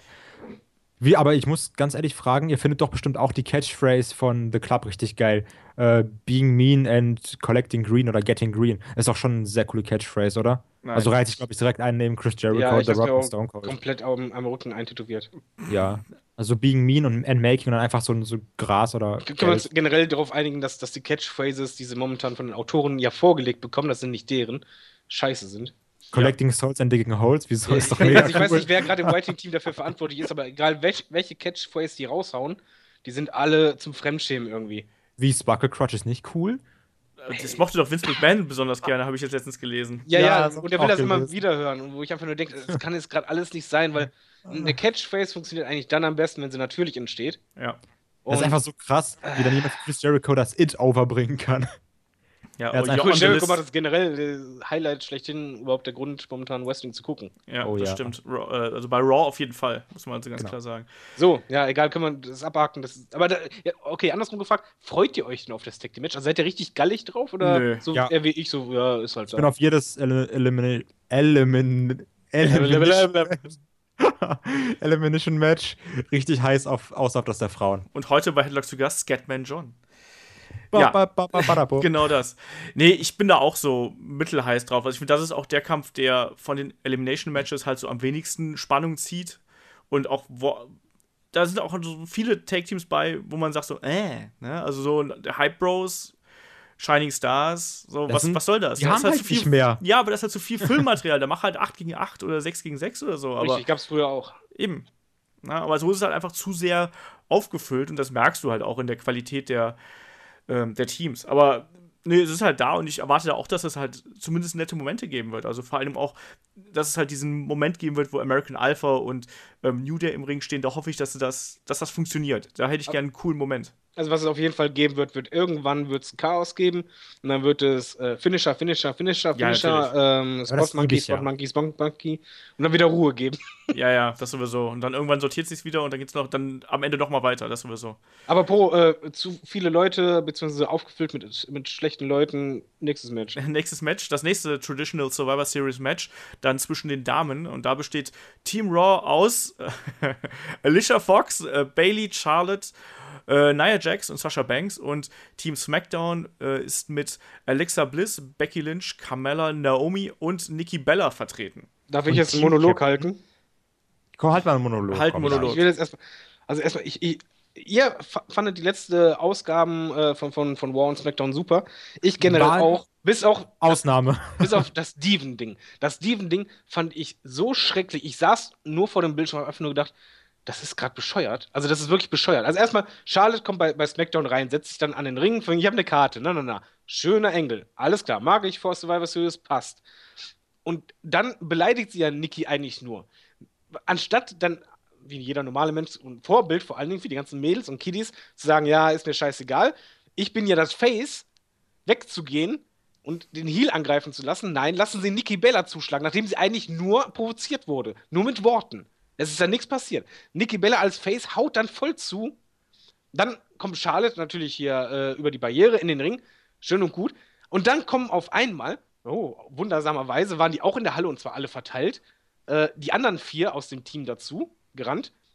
Aber ich muss ganz ehrlich fragen, ihr findet doch bestimmt auch die Catchphrase von The Club richtig geil. Being mean and collecting green oder getting green. Ist auch schon eine sehr coole Catchphrase, oder? Nein. Also reiht sich, glaube ich, direkt ein neben Chris Jericho, Ja, ich The hab's Rock mir und auch Stone Cold. komplett am Rücken eintätowiert. Ja. Also being mean and making und dann einfach so Gras oder Können wir uns generell darauf einigen, dass die Catchphrases, die sie momentan von den Autoren ja vorgelegt bekommen, das sind nicht deren, scheiße sind. collecting souls and digging holes. Wieso ist doch Also mega ich weiß cool. nicht, wer gerade im Writing-Team dafür verantwortlich ist, aber egal welche Catchphrase die raushauen, die sind alle zum Fremdschämen irgendwie. Wie Sparkle Crotch ist nicht cool. Das mochte doch Vince McMahon besonders gerne, habe ich jetzt letztens gelesen. Ja, Ja, das und hab der ich will auch das immer gelesen. wieder hören. Und wo ich einfach nur denke, das kann jetzt gerade alles nicht sein, weil eine Catchphrase funktioniert eigentlich dann am besten, wenn sie natürlich entsteht. Ja. Das ist Und einfach so krass, wie dann jemand Chris Jericho das It overbringen kann. Ja, Er hat's oh, einfach- You're on Chris the Jericho list. macht das generell Highlight schlechthin, überhaupt der Grund, momentan Wrestling zu gucken. Ja, Oh das ja. stimmt. Also bei Raw auf jeden Fall, muss man also ganz Genau. klar sagen. So, ja, egal, können wir das abhaken. Aber ja, okay, andersrum gefragt, freut ihr euch denn auf das Tag Team Match? Also seid ihr richtig gallig drauf oder Nö. so Ja. eher wie ich, so, ja, ist halt Ich bin auf jedes Elimination Match richtig heiß außer auf das der Frauen. Und heute bei Headlock zu Gast Scatman John. Ja. Badabo. Genau das. Nee, ich bin da auch so mittelheiß drauf. Also ich finde, das ist auch der Kampf, der von den Elimination-Matches halt so am wenigsten Spannung zieht. Und auch, da sind auch so viele Take-Teams bei, wo man sagt so, ne? Also so der Hype Bros, Shining Stars, so, Das sind- was soll das? die Das haben ist halt zu viel, nicht mehr. Ja, aber das ist halt zu viel Filmmaterial. Da mach halt 8 gegen 8 oder 6 gegen 6 oder so. Aber Richtig, gab's früher auch. eben. Na, aber so ist es halt einfach zu sehr aufgefüllt und das merkst du halt auch in der Qualität der Teams. Aber nee, es ist halt da und ich erwarte da auch, dass es halt zumindest nette Momente geben wird. Also vor allem auch, dass es halt diesen Moment geben wird, wo American Alpha und New Day im Ring stehen. Da hoffe ich, dass das funktioniert. Da hätte ich gerne einen coolen Moment. Also was es auf jeden Fall geben wird, irgendwann wird es Chaos geben und dann wird es Finisher, natürlich. Spot das Monkey, lieb ich, ja. Spot Monkey und dann wieder Ruhe geben. Ja, das sowieso. Und dann irgendwann sortiert sich's wieder und dann geht's dann am Ende noch mal weiter. Das sowieso. Aber zu viele Leute, beziehungsweise aufgefüllt mit schlechten Leuten, nächstes Match. Nächstes Match, das nächste Traditional Survivor Series Match, dann zwischen den Damen. Und da besteht Team Raw aus Alicia Fox, Bayley, Charlotte, Nia Jax und Sasha Banks. Und Team SmackDown ist mit Alexa Bliss, Becky Lynch, Carmella, Naomi und Nikki Bella vertreten. Darf ich Und jetzt einen Team Monolog Captain? halten? Komm, halt mal einen Monolog. Halt komm, einen Monolog. Ich will jetzt erstmal, ihr fandet die letzte Ausgaben von Raw und SmackDown super. Ich generell War- auch. Bis auf Ausnahme. Bis auf das Steven-Ding. Das Steven-Ding fand ich so schrecklich. Ich saß nur vor dem Bildschirm und hab einfach nur gedacht, das ist gerade bescheuert. Also, das ist wirklich bescheuert. Also, erstmal, Charlotte kommt bei SmackDown rein, setzt sich dann an den Ring, ich habe eine Karte. Na. Schöner Engel. Alles klar. Mag ich vor Survivor Series, passt. Und dann beleidigt sie ja Nikki eigentlich nur. Anstatt dann, wie jeder normale Mensch, ein Vorbild, vor allen Dingen für die ganzen Mädels und Kiddies, zu sagen, ja, ist mir scheißegal. Ich bin ja das Face, wegzugehen und den Heel angreifen zu lassen. Nein, lassen sie Nikki Bella zuschlagen, nachdem sie eigentlich nur provoziert wurde. Nur mit Worten. Es ist ja nichts passiert. Nikki Bella als Face haut dann voll zu. Dann kommt Charlotte natürlich hier über die Barriere in den Ring. Schön und gut. Und dann kommen auf einmal, wundersamerweise, waren die auch in der Halle und zwar alle verteilt, die anderen 4 aus dem Team dazu gerannt.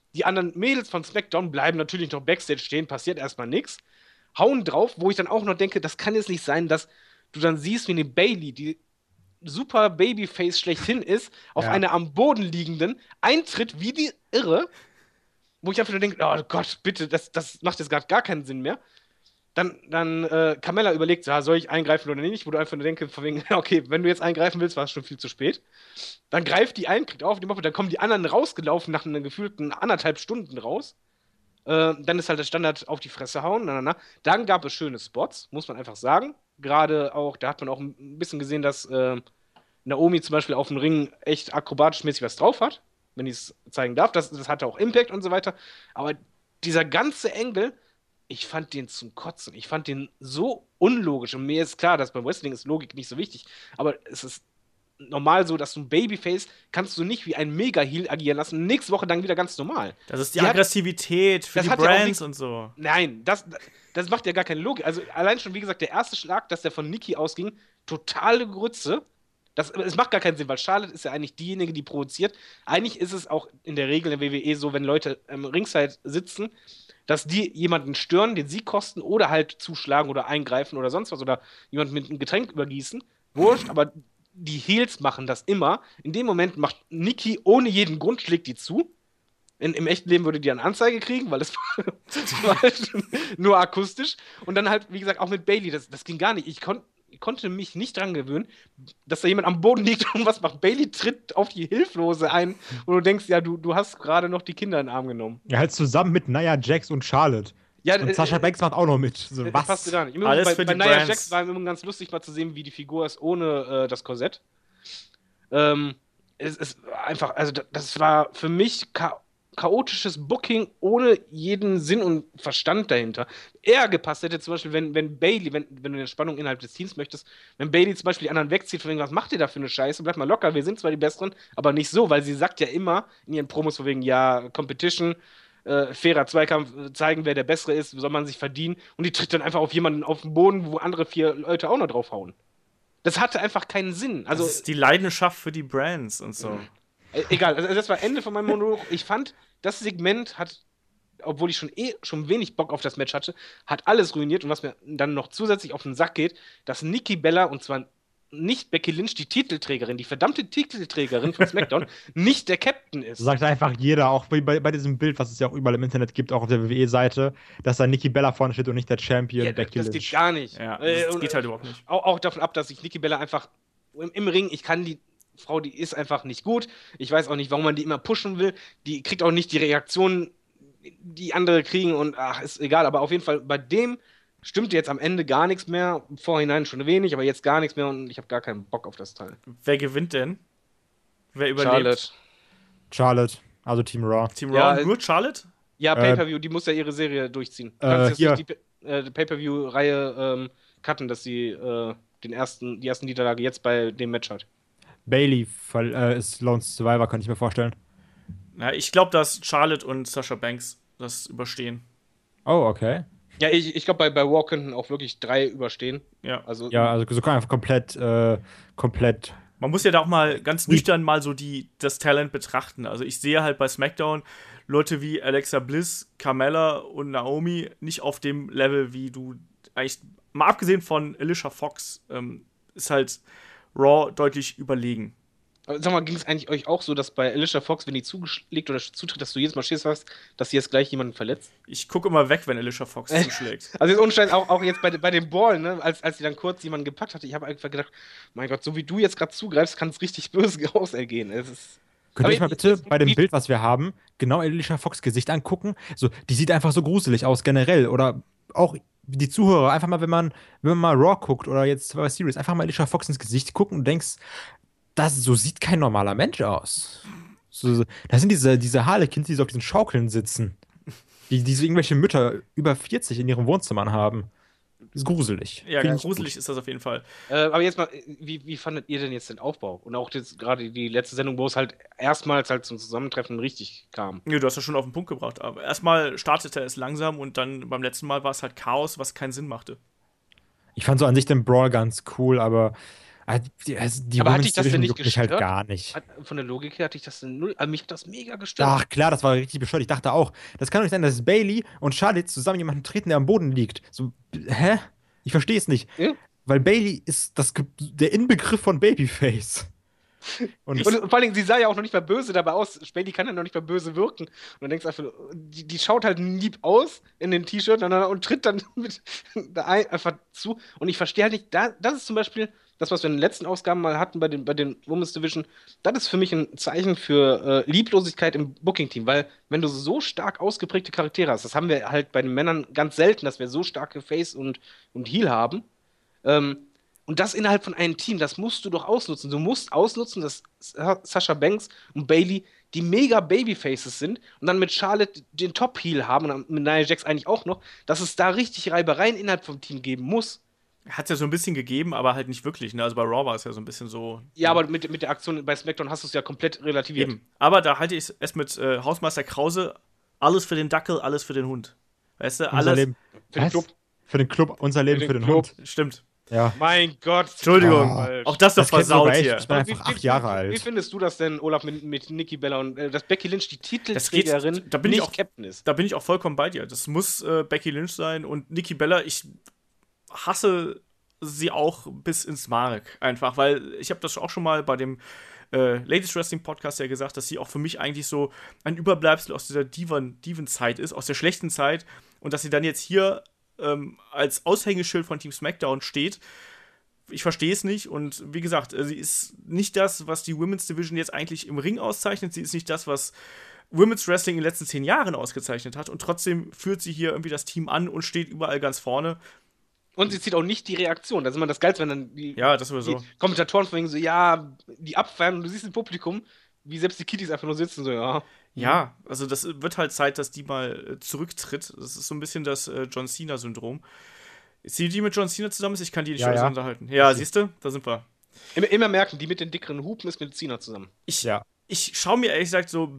Die anderen Mädels von SmackDown bleiben natürlich noch Backstage stehen, passiert erstmal nichts. Hauen drauf, wo ich dann auch noch denke, das kann jetzt nicht sein, dass du dann siehst, wie eine Bayley, die super Babyface schlechthin ist, auf Ja. eine am Boden liegenden eintritt wie die Irre, wo ich einfach nur denke, oh Gott, bitte, das macht jetzt gerade gar keinen Sinn mehr. Dann Carmella überlegt, ja, soll ich eingreifen oder nicht, wo du einfach nur denke, von wegen, okay, wenn du jetzt eingreifen willst, war es schon viel zu spät. Dann greift die ein, kriegt auf die Moppe, dann kommen die anderen rausgelaufen nach einer gefühlten 1,5 Stunden raus. Dann ist halt der Standard auf die Fresse hauen. Dann gab es schöne Spots, muss man einfach sagen. Gerade auch, da hat man auch ein bisschen gesehen, dass Naomi zum Beispiel auf dem Ring echt akrobatisch mäßig was drauf hat, wenn ich es zeigen darf. Das hatte auch Impact und so weiter. Aber dieser ganze Angle, ich fand den zum Kotzen. Ich fand den so unlogisch. Und mir ist klar, dass beim Wrestling ist Logik nicht so wichtig. Aber es ist normal so, dass du ein Babyface kannst du nicht wie ein Mega-Heel agieren lassen. Nächste Woche dann wieder ganz normal. Das ist die Aggressivität für das die hat ja auch Brands nichts- und so. Nein, das macht ja gar keine Logik. Also allein schon, wie gesagt, der erste Schlag, dass der von Nikki ausging, totale Grütze. Es macht gar keinen Sinn, weil Charlotte ist ja eigentlich diejenige, die provoziert. Eigentlich ist es auch in der Regel in der WWE so, wenn Leute Ringside sitzen, dass die jemanden stören, den Sieg kosten oder halt zuschlagen oder eingreifen oder sonst was oder jemanden mit einem Getränk übergießen. Wurscht, aber die Heels machen das immer. In dem Moment macht Nikki ohne jeden Grund, schlägt die zu. Im echten Leben würde die eine Anzeige kriegen, weil es war halt nur akustisch. Und dann halt, wie gesagt, auch mit Bayley, das ging gar nicht. Ich konnte mich nicht dran gewöhnen, dass da jemand am Boden liegt und was macht. Bayley tritt auf die Hilflose ein und du denkst, ja, du hast gerade noch die Kinder in den Arm genommen. Ja, halt zusammen mit Nia Jax und Charlotte. Ja, Und Sasha Banks macht auch noch mit. So, das was? passte gar nicht. Im Alles Übrigen für bei die Nia Brands. Jax war immer ganz lustig mal zu sehen, wie die Figur ist ohne das Korsett. Es ist einfach, also das war für mich chaotisches Booking ohne jeden Sinn und Verstand dahinter. Eher gepasst hätte zum Beispiel, wenn Bayley, wenn du eine Spannung innerhalb des Teams möchtest, wenn Bayley zum Beispiel die anderen wegzieht, von wegen, was macht ihr da für eine Scheiße? Bleibt mal locker, wir sind zwar die Besseren, aber nicht so, weil sie sagt ja immer in ihren Promos von wegen, ja, Competition, fairer Zweikampf, zeigen, wer der Bessere ist, soll man sich verdienen. Und die tritt dann einfach auf jemanden auf den Boden, wo andere 4 Leute auch noch draufhauen. Das hatte einfach keinen Sinn. Also, Das ist die Leidenschaft für die Brands und so. egal, also das war Ende von meinem Monolog. Ich fand, das Segment hat, obwohl ich schon wenig Bock auf das Match hatte, hat alles ruiniert. Und was mir dann noch zusätzlich auf den Sack geht, dass Nikki Bella, und zwar nicht Becky Lynch, die Titelträgerin, die verdammte Titelträgerin von SmackDown, nicht der Captain ist. So sagt einfach jeder, auch bei diesem Bild, was es ja auch überall im Internet gibt, auch auf der WWE-Seite, dass da Nikki Bella vorne steht und nicht der Champion Ja, Becky das Lynch. geht gar nicht. Ja, das und geht halt überhaupt nicht. Auch davon ab, dass ich Nikki Bella einfach im Ring, ich kann die Frau, die ist einfach nicht gut. Ich weiß auch nicht, warum man die immer pushen will. Die kriegt auch nicht die Reaktionen, die andere kriegen und ach, ist egal. Aber auf jeden Fall, bei dem stimmte jetzt am Ende gar nichts mehr. Im Vorhinein schon wenig, aber jetzt gar nichts mehr und ich habe gar keinen Bock auf das Teil. Wer gewinnt denn? Wer überlebt? Charlotte. Also Team Raw. Team Ja, Raw, nur Charlotte? Ja, Pay-Per-View, die muss ja ihre Serie durchziehen. Du kannst hier. jetzt nicht die Pay-Per-View-Reihe cutten, dass sie die erste Niederlage jetzt bei dem Match hat. Bayley ist Lone Survivor, kann ich mir vorstellen. Ja, ich glaube, dass Charlotte und Sasha Banks das überstehen. Oh, okay. Ja, ich glaube, bei Raw könnten auch wirklich 3 überstehen. Ja. Also, Ja, also so kann einfach komplett Man muss ja da auch mal ganz nüchtern mal so das Talent betrachten. Also ich sehe halt bei SmackDown Leute wie Alexa Bliss, Carmella und Naomi nicht auf dem Level, wie du eigentlich, mal abgesehen von Alicia Fox, ist halt Raw deutlich überlegen. aber sag mal, ging es eigentlich euch auch so, dass bei Alicia Fox, wenn die zugelegt oder zutritt, dass du jedes Mal Schiss hast, dass sie jetzt gleich jemanden verletzt? Ich gucke immer weg, wenn Alicia Fox zuschlägt. Also jetzt unstein, auch jetzt bei dem Ball, ne, als sie dann kurz jemanden gepackt hatte, ich habe einfach gedacht, mein Gott, so wie du jetzt gerade zugreifst, kann es richtig böse ausgehen. Es ist Könnt Aber ihr euch mal bitte bei dem wie- Bild, was wir haben, genau Alicia Fox Gesicht angucken? So, die sieht einfach so gruselig aus, generell. Oder auch die Zuhörer, einfach mal, wenn man mal Raw guckt oder jetzt bei Series, einfach mal Alicia Fox ins Gesicht gucken und denkst, so sieht kein normaler Mensch aus. Das sind diese Harlequins, die so auf diesen Schaukeln sitzen. Die so irgendwelche Mütter über 40 in ihren Wohnzimmern haben. Das ist gruselig. Ja, Find ich gruselig gut. ist das auf jeden Fall. aber jetzt mal, wie fandet ihr denn jetzt den Aufbau? Und auch jetzt gerade die letzte Sendung, wo es halt erstmals halt zum Zusammentreffen richtig kam. Ja, du hast das schon auf den Punkt gebracht. Aber erstmal startete es langsam und dann beim letzten Mal war es halt Chaos, was keinen Sinn machte. Ich fand so an sich den Brawl ganz cool, aber Die Aber hat Women's dich das denn Division nicht juckt mich halt gestört? gar nicht. Von der Logik her hatte ich das denn null. Also mich hat das mega gestört. Ach klar, das war richtig bescheuert. Ich dachte auch, das kann doch nicht sein, dass Bailey und Charlotte zusammen jemanden treten, der am Boden liegt. So, hä? Ich verstehe es nicht. Ja? Weil Bailey ist der Inbegriff von Babyface. Und Und vor allem, sie sah ja auch noch nicht mal böse dabei aus. Bailey kann ja noch nicht mal böse wirken. Und dann denkst du einfach, die schaut halt lieb aus in den T-Shirt und tritt dann einfach zu. Und ich verstehe halt nicht, das ist zum Beispiel das, was wir in den letzten Ausgaben mal hatten bei den Women's Division. Das ist für mich ein Zeichen für Lieblosigkeit im Booking-Team. Weil, wenn du so stark ausgeprägte Charaktere hast, das haben wir halt bei den Männern ganz selten, dass wir so starke Face und Heel haben. Und das innerhalb von einem Team, das musst du doch ausnutzen. Du musst ausnutzen, dass Sasha Banks und Bailey die mega Babyfaces sind und dann mit Charlotte den Top-Heel haben und mit Nia Jax eigentlich auch noch, dass es da richtig Reibereien innerhalb vom Team geben muss. Hat es ja so ein bisschen gegeben, aber halt nicht wirklich. Ne? Also bei Raw war es ja so ein bisschen so. Ja, aber mit der Aktion bei SmackDown hast du es ja komplett relativiert. Eben. Aber da halte ich es mit Hausmeister Krause: alles für den Dackel, alles für den Hund. Weißt du, unser alles. Leben. Für den Club. Für den Club, unser Leben für den Club. Hund. Stimmt. Ja. Mein Gott. Entschuldigung. Falsch. Auch das doch Das kennt versaut sogar ich. hier. Ich bin einfach 8 Jahre alt. Wie findest du das denn, Olaf, mit Nikki Bella und dass Becky Lynch die Titelträgerin da bin ich nicht auch- Captain ist? Da bin ich auch vollkommen bei dir. Das muss Becky Lynch sein und Nikki Bella. Ich hasse sie auch bis ins Mark einfach, weil ich habe das auch schon mal bei dem Ladies Wrestling Podcast ja gesagt, dass sie auch für mich eigentlich so ein Überbleibsel aus dieser Diven-Zeit ist, aus der schlechten Zeit, und dass sie dann jetzt hier als Aushängeschild von Team SmackDown steht. Ich verstehe es nicht, und wie gesagt, sie ist nicht das, was die Women's Division jetzt eigentlich im Ring auszeichnet. Sie ist nicht das, was Women's Wrestling in den letzten 10 Jahren ausgezeichnet hat, und trotzdem führt sie hier irgendwie das Team an und steht überall ganz vorne. Und sie zieht auch nicht die Reaktion. Das ist immer das Geilste, wenn dann Ja, das sowieso. die Kommentatoren von wegen so, ja, die abfeiern und du siehst im Publikum, wie selbst die Kitties einfach nur sitzen, so, ja. Ja, also das wird halt Zeit, dass die mal zurücktritt. Das ist so ein bisschen das John Cena-Syndrom. Ist die mit John Cena zusammen? Ich kann die nicht Ja, ja. unterhalten. Ja, siehst du? Da sind wir. Immer merken, die mit den dickeren Hupen ist mit Cena zusammen. Ja. Ich schaue mir ehrlich gesagt so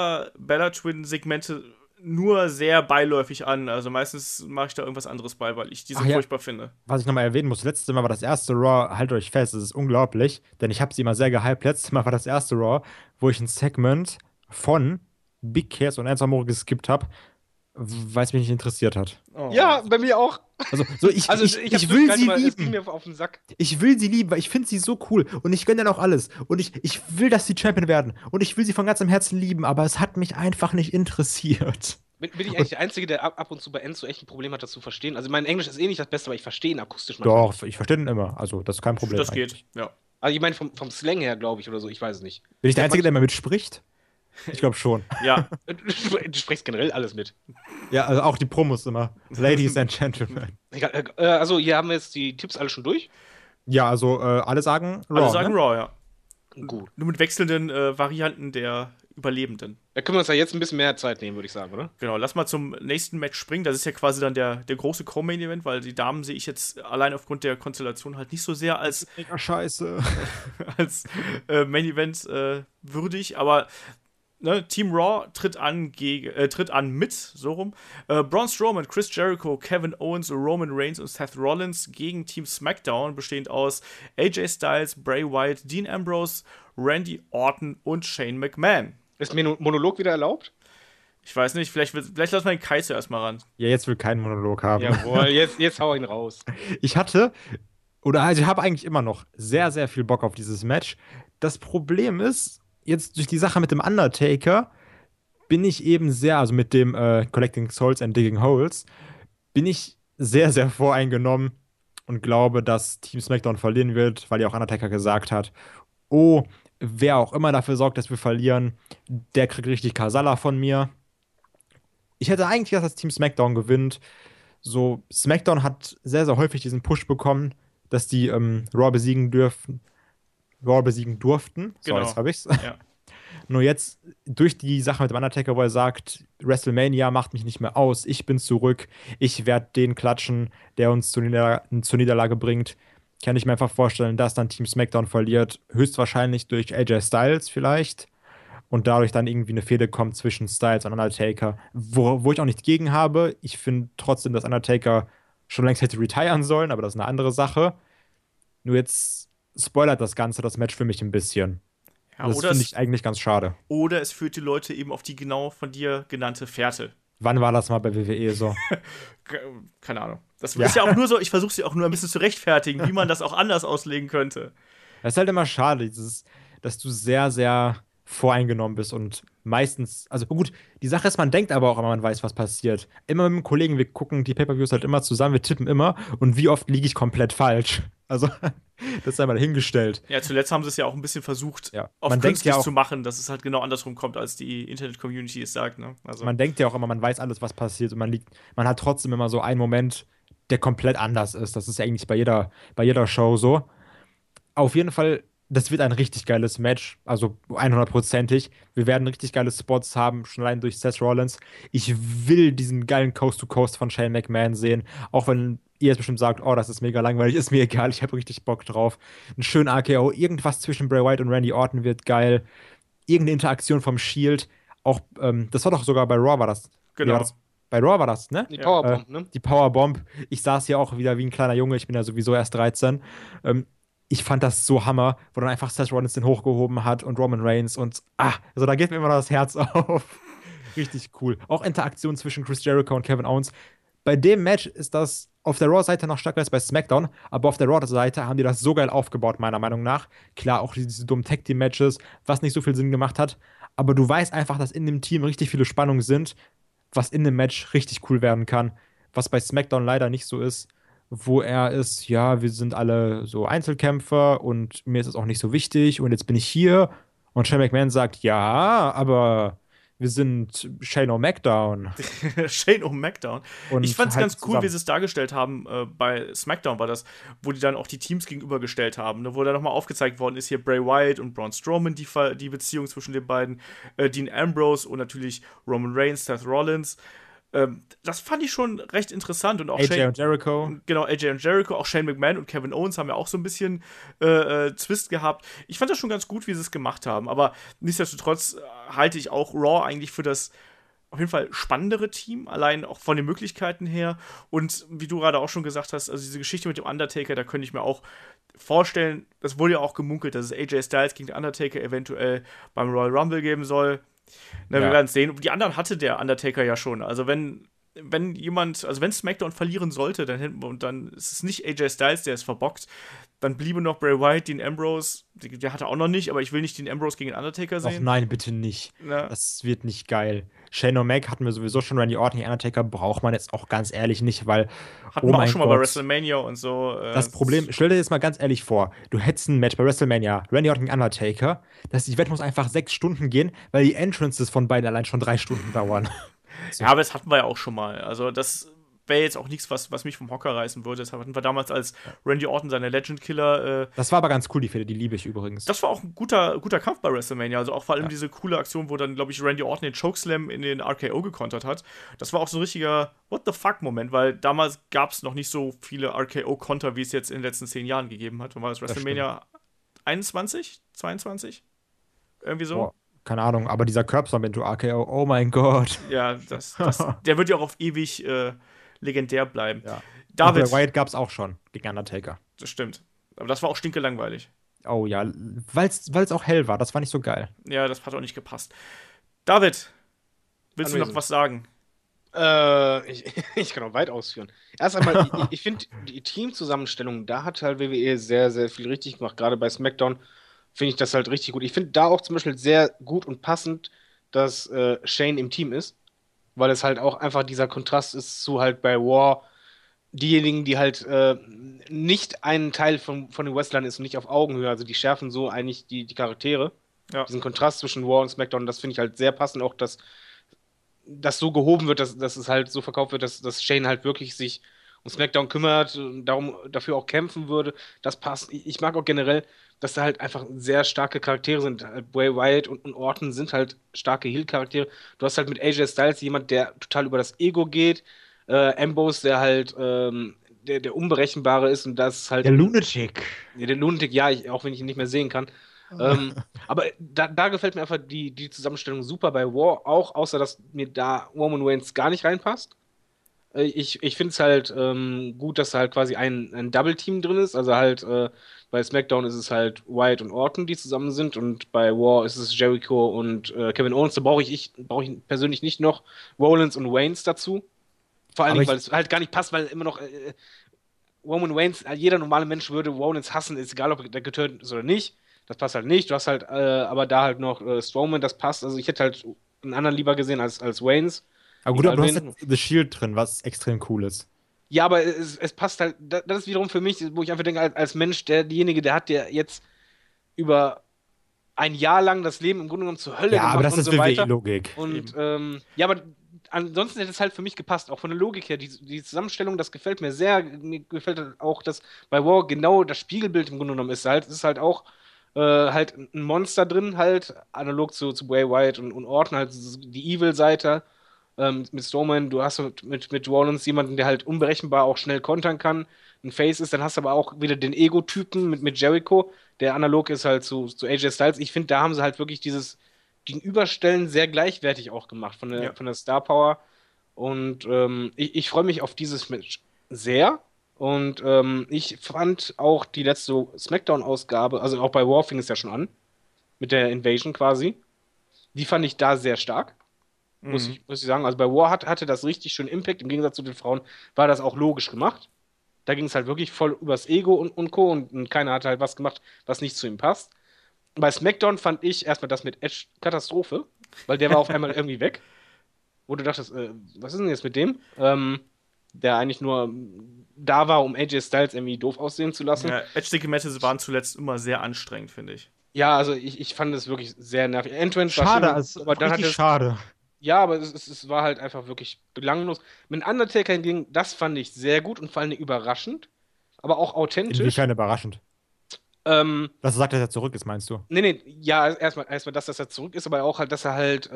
Bella-Twin-Segmente nur sehr beiläufig an. Also meistens mache ich da irgendwas anderes bei, weil ich die so Ach ja. furchtbar finde. Was ich nochmal erwähnen muss, letztes Mal war das erste Raw, haltet euch fest, das ist unglaublich, denn ich habe sie immer sehr gehypt. Letztes Mal war das erste Raw, wo ich ein Segment von Big Cass und Enzo Amore geskippt habe, weil es mich nicht interessiert hat. Oh. Ja, bei mir auch. Also, so ich Also will hab's sie durchgehalten, weil es ging lieben. mir auf den Sack. Ich will sie lieben, weil ich finde sie so cool und ich gönne dann auch alles. Und ich will, dass sie Champion werden. Und ich will sie von ganzem Herzen lieben, aber es hat mich einfach nicht interessiert. Bin ich eigentlich der Einzige, der ab und zu bei Enzo echt ein Problem hat, das zu verstehen? Also mein Englisch ist eh nicht das Beste, aber ich verstehe ihn akustisch manchmal Doch, nicht. ich verstehe den immer. Also, das ist kein Problem. Das eigentlich. geht, ja. Also ich meine vom Slang her, glaube ich, oder so, ich weiß es nicht. Bin ich der Einzige, der immer mitspricht? Ich glaube schon. Ja, Du sprichst generell alles mit. Ja, also auch die Promos immer. Ladies and Gentlemen. Egal, also hier haben wir jetzt die Tipps alle schon durch. Ja, also alle sagen Raw. alle sagen ne? Raw, ja. Gut. Nur mit wechselnden Varianten der Überlebenden. Da können wir uns ja jetzt ein bisschen mehr Zeit nehmen, würde ich sagen, oder? Genau, lass mal zum nächsten Match springen. Das ist ja quasi dann der große Co-Main-Event, weil die Damen sehe ich jetzt allein aufgrund der Konstellation halt nicht so sehr als Mega scheiße. als Main-Event würdig, aber ne, Team Raw tritt an mit, so rum. Braun Strowman, Chris Jericho, Kevin Owens, Roman Reigns und Seth Rollins gegen Team SmackDown, bestehend aus AJ Styles, Bray Wyatt, Dean Ambrose, Randy Orton und Shane McMahon. Ist mir ein Monolog wieder erlaubt? Ich weiß nicht, vielleicht lassen wir den Kai zuerst mal ran. Ja, jetzt will keinen Monolog haben. Jawohl, jetzt hau ihn raus. Ich habe eigentlich immer noch sehr, sehr viel Bock auf dieses Match. Das Problem ist, jetzt durch die Sache mit dem Undertaker bin ich eben sehr, also mit dem Collecting Souls and Digging Holes, bin ich sehr, sehr voreingenommen und glaube, dass Team SmackDown verlieren wird, weil ja auch Undertaker gesagt hat, oh, wer auch immer dafür sorgt, dass wir verlieren, der kriegt richtig Kasala von mir. Ich hätte eigentlich gedacht, dass Team SmackDown gewinnt. So, SmackDown hat sehr, sehr häufig diesen Push bekommen, dass die Raw besiegen durften. So, Genau. jetzt habe ich's. Ja. Nur jetzt, durch die Sache mit dem Undertaker, wo er sagt, WrestleMania macht mich nicht mehr aus, ich bin zurück, ich werde den klatschen, der uns zur Niederlage bringt, kann ich mir einfach vorstellen, dass dann Team SmackDown verliert, höchstwahrscheinlich durch AJ Styles vielleicht, und dadurch dann irgendwie eine Fehde kommt zwischen Styles und Undertaker, wo ich auch nichts gegen habe. Ich finde trotzdem, dass Undertaker schon längst hätte retiren sollen, aber das ist eine andere Sache. Nur jetzt spoilert das Ganze, das Match für mich ein bisschen. Ja, Das finde ich eigentlich ganz schade. oder es führt die Leute eben auf die genau von dir genannte Fährte. Wann war das mal bei WWE so? Keine Ahnung. Das Ja. ist ja auch nur so, ich versuche sie auch nur ein bisschen zu rechtfertigen, wie man das auch anders auslegen könnte. Das ist halt immer schade, dass du sehr, sehr voreingenommen bist und meistens, also gut, die Sache ist, man denkt aber auch immer, man weiß, was passiert. Immer mit dem Kollegen, wir gucken die Pay-Per-Views halt immer zusammen, wir tippen immer und wie oft liege ich komplett falsch? Also, das ist einmal dahingestellt. Ja, zuletzt haben sie es ja auch ein bisschen versucht, Ja. auf Man denkt künstlich ja auch, zu machen, dass es halt genau andersrum kommt, als die Internet-Community es sagt. Ne? Also, man denkt ja auch immer, man weiß alles, was passiert und man hat trotzdem immer so einen Moment, der komplett anders ist. Das ist ja eigentlich bei jeder Show so. Auf jeden Fall, das wird ein richtig geiles Match, also 100%ig. Wir werden richtig geile Spots haben, schon allein durch Seth Rollins. Ich will diesen geilen Coast-to-Coast von Shane McMahon sehen, auch wenn ihr jetzt bestimmt sagt, oh, das ist mega langweilig, ist mir egal, ich habe richtig Bock drauf. Einen schönen RKO, irgendwas zwischen Bray Wyatt und Randy Orton wird geil. Irgendeine Interaktion vom Shield, auch, das war doch sogar bei Raw war das. Genau. Wie war das? Bei Raw war das, ne? Die Ja. Powerbomb, ne? Die Powerbomb. Ich saß hier auch wieder wie ein kleiner Junge. Ich bin ja sowieso erst 13. Ich fand das so Hammer, wo dann einfach Seth Rollins den hochgehoben hat und Roman Reigns und also da geht mir immer das Herz auf. Richtig cool. Auch Interaktion zwischen Chris Jericho und Kevin Owens. Bei dem Match ist das auf der Raw-Seite noch stärker als bei SmackDown, aber auf der Raw-Seite haben die das so geil aufgebaut, meiner Meinung nach. Klar, auch diese dummen Tag-Team-Matches, was nicht so viel Sinn gemacht hat, aber du weißt einfach, dass in dem Team richtig viele Spannungen sind, was in dem Match richtig cool werden kann, was bei SmackDown leider nicht so ist, wo er ist, ja, wir sind alle so Einzelkämpfer und mir ist es auch nicht so wichtig und jetzt bin ich hier und Shane McMahon sagt, ja, aber wir sind Shane O'Mac Shane O'Mac. und Ich fand es halt ganz cool, zusammen. wie sie es dargestellt haben. Bei SmackDown war das, wo die dann auch die Teams gegenübergestellt haben. Ne? Wo dann nochmal aufgezeigt worden ist, hier Bray Wyatt und Braun Strowman, die Beziehung zwischen den beiden. Dean Ambrose und natürlich Roman Reigns, Seth Rollins. Das fand ich schon recht interessant. Und auch AJ und Jericho. Genau, AJ und Jericho, auch Shane McMahon und Kevin Owens haben ja auch so ein bisschen Twist gehabt. Ich fand das schon ganz gut, wie sie es gemacht haben. Aber nichtsdestotrotz halte ich auch Raw eigentlich für das auf jeden Fall spannendere Team, allein auch von den Möglichkeiten her. Und wie du gerade auch schon gesagt hast, also diese Geschichte mit dem Undertaker, da könnte ich mir auch vorstellen, das wurde ja auch gemunkelt, dass es AJ Styles gegen den Undertaker eventuell beim Royal Rumble geben soll. Na, wir Ja. werden es sehen. Die anderen hatte der Undertaker ja schon. Also wenn SmackDown verlieren sollte, dann ist es nicht AJ Styles, der es verbockt. Dann bliebe noch Bray Wyatt, Dean Ambrose. Der hatte auch noch nicht, aber ich will nicht Dean Ambrose gegen den Undertaker Och sehen. nein, bitte nicht. Na. Das wird nicht geil. Shane O'Mac hatten wir sowieso schon, Randy Orton, die Undertaker braucht man jetzt auch ganz ehrlich nicht, weil Hatten oh wir auch mein schon mal bei Gott. WrestleMania und so. Das Problem, stell dir jetzt mal ganz ehrlich vor, du hättest ein Match bei WrestleMania, Randy Orton gegen Undertaker, das Event muss einfach 6 Stunden gehen, weil die Entrances von beiden allein schon 3 Stunden dauern. Ja, aber das hatten wir ja auch schon mal. Also das wäre jetzt auch nichts, was mich vom Hocker reißen würde. Das hatten wir damals, als Randy Orton seine Legend Killer. Das war aber ganz cool, die Fehde, die liebe ich übrigens. Das war auch ein guter Kampf bei WrestleMania. Also auch vor allem diese coole Aktion, wo dann, glaube ich, Randy Orton den Chokeslam in den RKO gekontert hat. Das war auch so ein richtiger What the fuck-Moment, weil damals gab es noch nicht so viele RKO-Konter, wie es jetzt in den letzten 10 Jahren gegeben hat. Wann war das? WrestleMania 21? 22? Irgendwie so? Boah, keine Ahnung, aber dieser Curbstorm into RKO, oh mein Gott. Ja, der wird ja auch auf ewig legendär bleiben. Ja. David, Und bei Wyatt gab es auch schon gegen Undertaker. das stimmt. Aber das war auch stinkelangweilig. Oh ja, weil es auch hell war, das war nicht so geil. Ja, das hat auch nicht gepasst. David, willst du noch Anwesend. was sagen? Ich kann auch weit ausführen. Erst einmal, ich finde, die Teamzusammenstellung, da hat halt WWE sehr, sehr viel richtig gemacht. Gerade bei SmackDown finde ich das halt richtig gut. Ich finde da auch zum Beispiel sehr gut und passend, dass Shane im Team ist, weil es halt auch einfach dieser Kontrast ist zu halt bei War diejenigen, die halt nicht ein Teil von den Wrestlern ist und nicht auf Augenhöhe. Also die schärfen so eigentlich die Charaktere. Ja. Diesen Kontrast zwischen War und SmackDown, das finde ich halt sehr passend. Auch, dass das so gehoben wird, dass es halt so verkauft wird, dass Shane halt wirklich sich um SmackDown kümmert und dafür auch kämpfen würde. Das passt. Ich mag auch generell, dass da halt einfach sehr starke Charaktere sind. Bray Wyatt und Orton sind halt starke Heel-Charaktere. Du hast halt mit AJ Styles jemand, der total über das Ego geht. Ambrose, der halt der Unberechenbare ist und das ist halt Der Lunatic. ja, der Lunatic, ja, auch wenn ich ihn nicht mehr sehen kann. Aber da gefällt mir einfach die Zusammenstellung super bei War auch, außer dass mir da Roman Reigns gar nicht reinpasst. Ich finde es halt gut, dass da halt quasi ein Double-Team drin ist. Also halt bei SmackDown ist es halt Wyatt und Orton, die zusammen sind. Und bei Raw ist es Jericho und Kevin Owens. Da brauche ich persönlich nicht noch Rollins und Waynes dazu. Vor allen Aber Dingen, weil es halt gar nicht passt, weil immer noch Roman Reigns, jeder normale Mensch würde Rollins hassen, ist egal, ob der getötet ist oder nicht. Das passt halt nicht. Du hast halt aber da halt noch Strowman, das passt. Also ich hätte halt einen anderen lieber gesehen als Waynes. Aber gut, aber du Egal hast wen. jetzt The Shield drin, was extrem cool ist. Ja, aber es passt halt, das ist wiederum für mich, wo ich einfach denke, als Mensch, derjenige, der hat ja jetzt über ein Jahr lang das Leben im Grunde genommen zur Hölle Ja, gemacht aber das und ist so weiter. WWE-Logik. Und ja, aber ansonsten hätte es halt für mich gepasst, auch von der Logik her. Die Zusammenstellung, das gefällt mir sehr. Mir gefällt halt auch, dass bei War genau das Spiegelbild im Grunde genommen ist. Halt, es ist halt auch halt ein Monster drin, halt, analog zu Bray Wyatt und Orton, halt die Evil-Seite. Mit Strowman, du hast mit Rollins jemanden, der halt unberechenbar auch schnell kontern kann, ein Face ist, dann hast du aber auch wieder den Ego-Typen mit Jericho, der analog ist halt zu AJ Styles. Ich finde, da haben sie halt wirklich dieses Gegenüberstellen sehr gleichwertig auch gemacht Ja. von der Star Power. Und ich freue mich auf dieses Match sehr. Und ich fand auch die letzte SmackDown-Ausgabe, also auch bei Raw fing es ja schon an, mit der Invasion quasi. Die fand ich da sehr stark. Muss ich sagen. Also bei War hatte das richtig schön Impact. Im Gegensatz zu den Frauen war das auch logisch gemacht. Da ging es halt wirklich voll übers Ego und Co. Und keiner hat halt was gemacht, was nicht zu ihm passt. Bei SmackDown fand ich erstmal das mit Edge Katastrophe, weil der war auf einmal irgendwie weg. Wo du dachtest, was ist denn jetzt mit dem? Der eigentlich nur da war, um AJ Styles irgendwie doof aussehen zu lassen. Ja, Edge-Matches waren zuletzt immer sehr anstrengend, finde ich. Ja, also ich fand es wirklich sehr nervig. Entrance war Schade, schön, also aber dann hat richtig es. schade. Ja, aber es war halt einfach wirklich belanglos. Mit Undertaker hingegen, das fand ich sehr gut und vor allem überraschend, aber auch authentisch. Inwiefern überraschend. Ähm, Dass er sagt, dass er zurück ist, meinst du? nee, ja, erstmal, dass er zurück ist, aber auch halt, dass er halt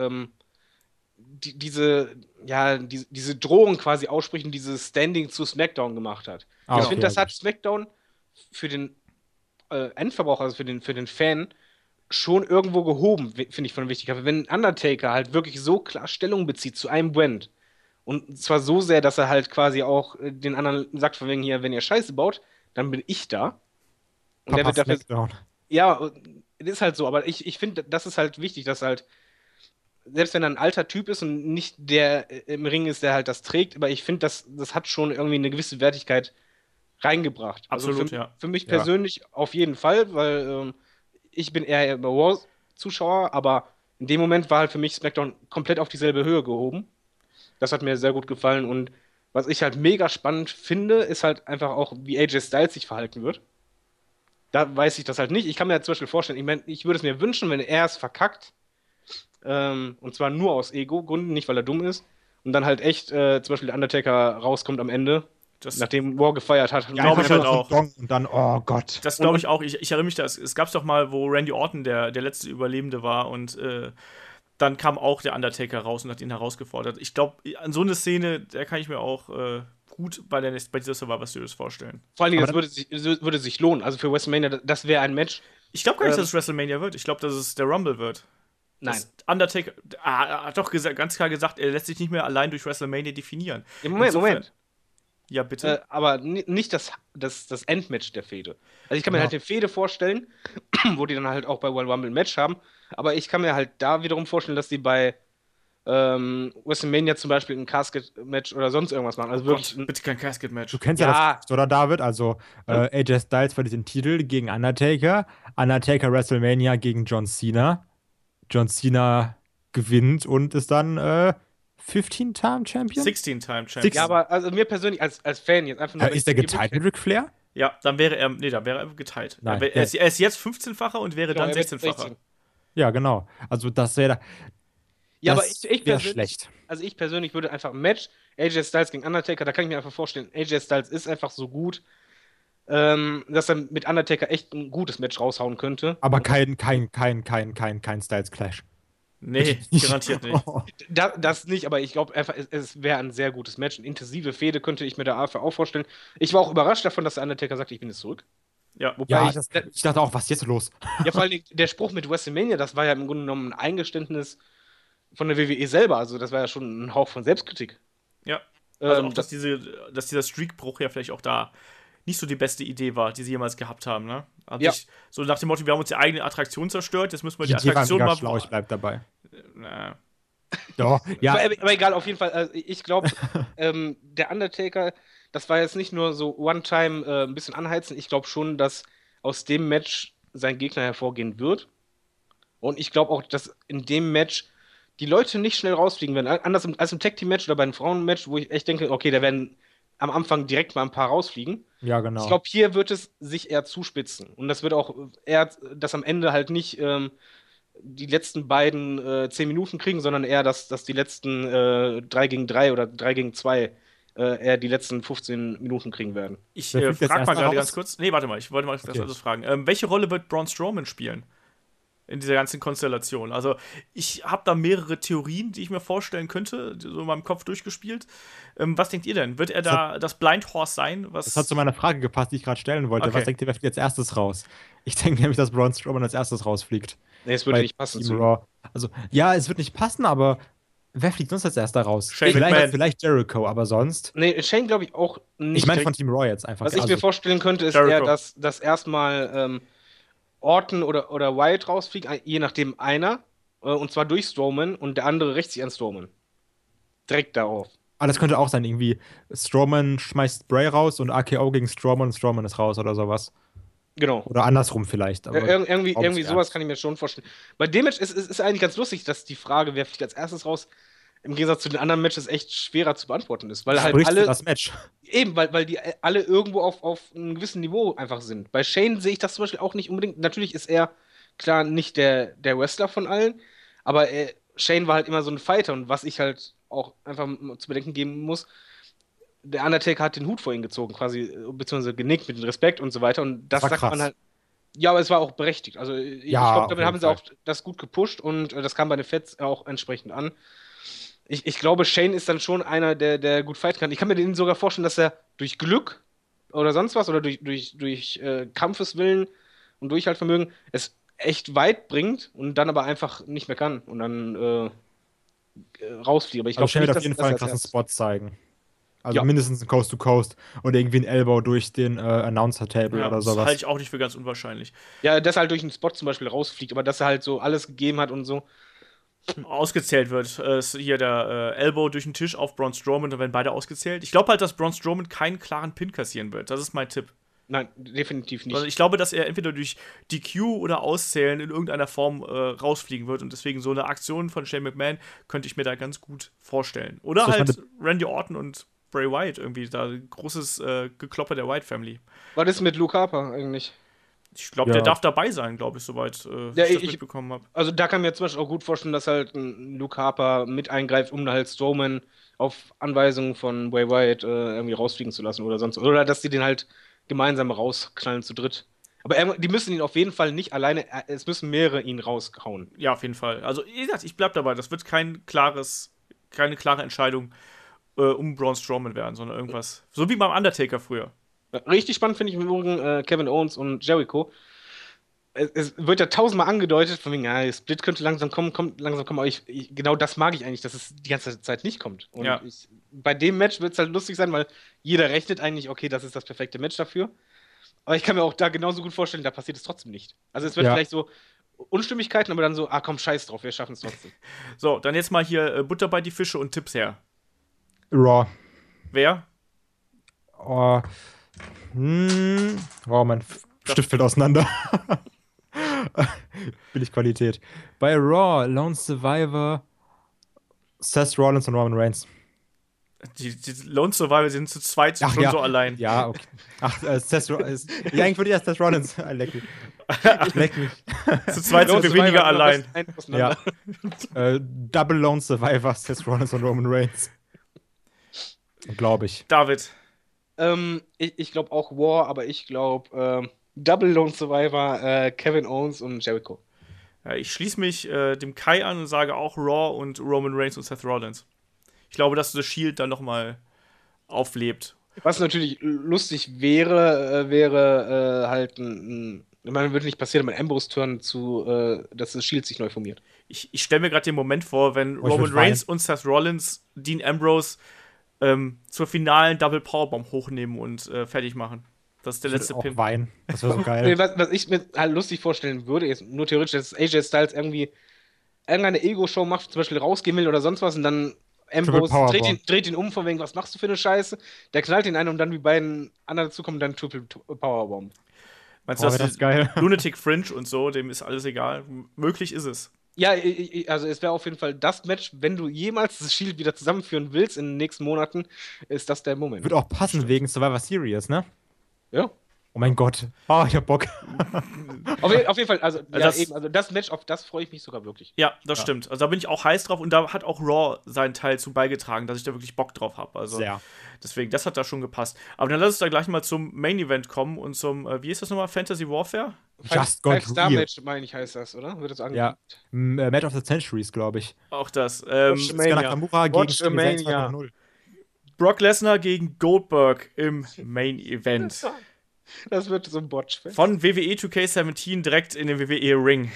diese Drohung quasi ausspricht und dieses Standing zu SmackDown gemacht hat. Ah, Ich okay, finde, das ja, hat SmackDown für den Endverbraucher, also für den Fan, schon irgendwo gehoben, finde ich von Wichtigkeit. Wenn Undertaker halt wirklich so klar Stellung bezieht zu einem Brand und zwar so sehr, dass er halt quasi auch den anderen sagt, von wegen hier, wenn ihr Scheiße baut, dann bin ich da. Und der Papa wird dafür, Smackdown. ja, es ist halt so, aber ich finde, das ist halt wichtig, dass halt, selbst wenn er ein alter Typ ist und nicht der im Ring ist, der halt das trägt, aber ich finde, das hat schon irgendwie eine gewisse Wertigkeit reingebracht. Absolut, also ja. für mich Ja. persönlich auf jeden Fall, weil ich bin eher bei War-Zuschauer, aber in dem Moment war halt für mich SmackDown komplett auf dieselbe Höhe gehoben. Das hat mir sehr gut gefallen und was ich halt mega spannend finde, ist halt einfach auch, wie AJ Styles sich verhalten wird. Da weiß ich das halt nicht. Ich kann mir zum Beispiel vorstellen, ich meine, ich würde es mir wünschen, wenn er es verkackt, und zwar nur aus Ego-Gründen, nicht weil er dumm ist, und dann halt echt zum Beispiel der Undertaker rauskommt am Ende, Das, nachdem War gefeiert hat. Glaub ich halt auch. Und dann, oh Gott. das glaube ich auch. Ich erinnere mich, es gab es doch mal, wo Randy Orton der letzte Überlebende war und dann kam auch der Undertaker raus und hat ihn herausgefordert. Ich glaube, an so eine Szene, da kann ich mir auch gut bei dieser Survivor Series vorstellen. Vor allen Dingen, Aber das würde sich lohnen. Also für WrestleMania, das wäre ein Match. Ich glaube gar nicht, dass es WrestleMania wird. Ich glaube, dass es der Rumble wird. Nein. Das Undertaker hat doch ganz klar gesagt, er lässt sich nicht mehr allein durch WrestleMania definieren. Moment, Insofern- Moment. Ja, bitte. Aber nicht das Endmatch der Fehde. Also ich kann mir Genau. halt eine Fehde vorstellen, wo die dann halt auch bei Royal Rumble ein Match haben. Aber ich kann mir halt da wiederum vorstellen, dass die bei WrestleMania zum Beispiel ein Casket-Match oder sonst irgendwas machen. Also wirklich. Gott, bitte kein Casket-Match. Du kennst Ja. ja das, oder David? Also AJ Styles verliert den Titel gegen Undertaker. Undertaker WrestleMania gegen John Cena. John Cena gewinnt und ist dann 15-Time-Champion. 16-Time-Champion. Ja, aber also mir persönlich als Fan jetzt einfach nur. Ist der geteilt mit Ric Flair? Ja, dann wäre er geteilt. Nein, er ist jetzt 15-facher und wäre Genau, dann er wird 16-facher. 16. Ja, genau. Also das wäre Ja, aber das ich wär persönlich, schlecht. also ich persönlich würde einfach ein Match, AJ Styles gegen Undertaker, da kann ich mir einfach vorstellen, AJ Styles ist einfach so gut, dass er mit Undertaker echt ein gutes Match raushauen könnte. Aber kein Styles-Clash. Nee, garantiert nicht. Das nicht, aber ich glaube einfach, es wäre ein sehr gutes Match. Eine intensive Fehde könnte ich mir da einfach auch vorstellen. Ich war auch überrascht davon, dass der Undertaker sagt, ich bin jetzt zurück. Ja. Wobei Ja, ich, ich dachte auch, was ist jetzt los? ja, vor allem der Spruch mit WrestleMania, das war ja im Grunde genommen ein Eingeständnis von der WWE selber. Also das war ja schon ein Hauch von Selbstkritik. Ja. Also auch, dass dieser Streakbruch ja vielleicht auch da nicht so die beste Idee war, die sie jemals gehabt haben, ne? Also Ja. so nach dem Motto, wir haben uns die eigene Attraktion zerstört, jetzt müssen wir die Die war Attraktion mega mal. schlau, ich bleib dabei. Na, Doch, ja. Aber egal, auf jeden Fall, ich glaube, der Undertaker, das war jetzt nicht nur so One-Time ein bisschen anheizen. Ich glaube schon, dass aus dem Match sein Gegner hervorgehen wird. Und ich glaube auch, dass in dem Match die Leute nicht schnell rausfliegen werden. Anders als im Tag-Team-Match oder bei einem Frauen-Match, wo ich echt denke, okay, da werden am Anfang direkt mal ein paar rausfliegen. Ja, genau. Ich glaube, hier wird es sich eher zuspitzen. Und das wird auch eher, dass am Ende halt nicht die letzten beiden 10 Minuten kriegen, sondern eher, dass die letzten 3 gegen 3 oder 3 gegen 2 eher die letzten 15 Minuten kriegen werden. ich Wer fliegt jetzt frage mal erst gerade raus? ganz kurz. Nee, warte mal, ich wollte mal das Okay. anderes fragen. Welche Rolle wird Braun Strowman spielen? In dieser ganzen Konstellation. Also, ich habe da mehrere Theorien, die ich mir vorstellen könnte, so in meinem Kopf durchgespielt. Was denkt ihr denn? Wird er da das Blind Horse sein? Das hat zu meiner Frage gepasst, die ich gerade stellen wollte. Okay. Was denkt ihr, wer fliegt als erstes raus? Ich denke nämlich, dass Braun Strowman als erstes rausfliegt. Nee, es würde Bei nicht passen Team zu ihm. Raw. Also, ja, es wird nicht passen, aber wer fliegt sonst als erster raus? Shane McMahon. Vielleicht Jericho, aber sonst. Nee, Shane glaube ich auch nicht. Ich meine von direkt. Team Raw jetzt einfach. Was ich Also, mir vorstellen könnte, ist Jericho. eher, dass erstmal Orton oder Wyatt rausfliegt, je nachdem einer, und zwar durch Strowman und der andere rächt sich an Strowman. Direkt darauf. das könnte auch sein, irgendwie Strowman schmeißt Bray raus und AKO gegen Strowman und Strowman ist raus oder sowas. Genau. Oder andersrum vielleicht. Aber Irgendwie glaub ich sowas eher. kann ich mir schon vorstellen. Bei dem Match ist eigentlich ganz lustig, dass die Frage, wer fliegt als erstes raus, im Gegensatz zu den anderen Matches echt schwerer zu beantworten ist. Weil halt Spricht für alle, das Match. eben, weil die alle irgendwo auf einem gewissen Niveau einfach sind. Bei Shane sehe ich das zum Beispiel auch nicht unbedingt. Natürlich ist er, klar, nicht der Wrestler von allen, aber Shane war halt immer so ein Fighter und was ich halt auch einfach zu bedenken geben muss, der Undertaker hat den Hut vor ihn gezogen, quasi, beziehungsweise genickt mit dem Respekt und so weiter. Und das war sagt krass. man halt. Ja, aber es war auch berechtigt. Also ich Ja, glaube, auf damit jeden haben sie Fall. auch das gut gepusht und das kam bei den Feds auch entsprechend an. Ich glaube, Shane ist dann schon einer, der gut fighten kann. Ich kann mir den sogar vorstellen, dass er durch Glück oder sonst was oder durch Kampfeswillen und Durchhaltevermögen es echt weit bringt und dann aber einfach nicht mehr kann und dann rausfliegt. Aber ich Aber glaube Shane nicht, wird dass auf jeden dass Fall einen er krassen das- Spot zeigen. Also Ja. mindestens ein Coast to Coast und irgendwie ein Elbow durch den Announcer-Table ja, oder das sowas. halte ich auch nicht für ganz unwahrscheinlich. Ja, dass er halt durch einen Spot zum Beispiel rausfliegt, aber dass er halt so alles gegeben hat und so. Ausgezählt wird. Ist hier der Elbow durch den Tisch auf Braun Strowman, dann werden beide ausgezählt. Ich glaube halt, dass Braun Strowman keinen klaren Pin kassieren wird. Das ist mein Tipp. Nein, definitiv nicht. Also ich glaube, dass er entweder durch DQ oder Auszählen in irgendeiner Form rausfliegen wird und deswegen so eine Aktion von Shane McMahon könnte ich mir da ganz gut vorstellen. Oder So, ich halt Randy Orton und Bray Wyatt irgendwie, da großes Gekloppe der Wyatt Family. Was ist mit Luke Harper eigentlich? Ich glaube, Ja. der darf dabei sein, glaube ich, soweit Ja, ich das ich- mitbekommen habe. Also da kann ich mir zum Beispiel auch gut vorstellen, dass halt ein Luke Harper mit eingreift, um halt Strowman auf Anweisung von Bray Wyatt irgendwie rausfliegen zu lassen oder sonst. Oder dass die den halt gemeinsam rausknallen zu dritt. Aber die müssen ihn auf jeden Fall nicht alleine, es müssen mehrere ihn raushauen. Ja, auf jeden Fall. Also, wie gesagt, ich bleib dabei. Das wird keine klare Entscheidung um Braun Strowman werden, sondern irgendwas. So wie beim Undertaker früher. Richtig spannend finde ich im Übrigen Kevin Owens und Jericho. Es wird ja tausendmal angedeutet, von wegen, ja, Split könnte langsam kommen, aber genau das mag ich eigentlich, dass es die ganze Zeit nicht kommt. Und Ja. bei dem Match wird es halt lustig sein, weil jeder rechnet eigentlich, okay, das ist das perfekte Match dafür. Aber ich kann mir auch da genauso gut vorstellen, da passiert es trotzdem nicht. Also es wird Ja. vielleicht so Unstimmigkeiten, aber dann so, komm, scheiß drauf, wir schaffen es trotzdem. So, dann jetzt mal hier Butter bei die Fische und Tipps her. Raw. Wer? Oh, mein Stift fällt auseinander. Billig Qualität. Bei Raw, Lone Survivor, Seth Rollins und Roman Reigns. Die Lone Survivor sind zu zweit schon ja. so allein. Ja, okay. Ach, Seth Rollins. Ja, eigentlich würde ich erst Seth Rollins. Leck mich. Leck mich. Zu zweit sind wir Survivor weniger immer allein. auseinander. Ja. Double Lone Survivor, Seth Rollins und Roman Reigns. Glaube ich. David. Ich glaube auch War, aber ich glaube Double Lone Survivor, Kevin Owens und Jericho. Ja, ich schließe mich dem Kai an und sage auch Raw und Roman Reigns und Seth Rollins. Ich glaube, dass das Shield dann nochmal auflebt. Was natürlich lustig wäre halt man würde nicht passieren, aber ein Ambrose-Turn dass das Shield sich neu formiert. Ich stelle mir gerade den Moment vor, wenn ich Roman würd Reigns weinen. und Seth Rollins Dean Ambrose zur finalen Double Powerbomb hochnehmen und fertig machen. Das ist der letzte auch Pin. weinen. Das wäre so Nee, geil. was ich mir halt lustig vorstellen würde, ist nur theoretisch, dass AJ Styles irgendwie irgendeine Ego-Show macht, zum Beispiel rausgehen will oder sonst was und dann Ambrose Powerbomb. dreht ihn um, von wegen, was machst du für eine Scheiße? Der knallt ihn ein und dann die beiden anderen dazukommen und dann Triple Powerbomb. Meinst du, Boah, wär das geil. Lunatic Fringe und so, dem ist alles egal. Möglich ist es. Ja, also es wäre auf jeden Fall das Match, wenn du jemals das Shield wieder zusammenführen willst in den nächsten Monaten, ist das der Moment. Wird auch passen wegen Survivor Series, ne? Ja. Oh mein Gott. Oh, ich hab Bock. Auf jeden Fall, also, ja, das- eben, also das Match, auf das freue ich mich sogar wirklich. Ja, das stimmt. Also da bin ich auch heiß drauf und da hat auch Raw seinen Teil zu beigetragen, dass ich da wirklich Bock drauf habe. Also Sehr. deswegen, das hat da schon gepasst. Aber dann lass uns da gleich mal zum Main Event kommen und zum, wie ist das nochmal, Fantasy Warfare? Just got real. Five-Star-Match, meine ich, heißt das, oder? Wird das Ja. angekündigt? Match of the Centuries, glaube ich. Auch das. Watch Sasuke Nakamura gegen Watch Sami Zayn Mania. 2.0. Brock Lesnar gegen Goldberg im Main Event. Das wird so ein Botch-Fest. Von WWE 2K17 direkt in den WWE Ring.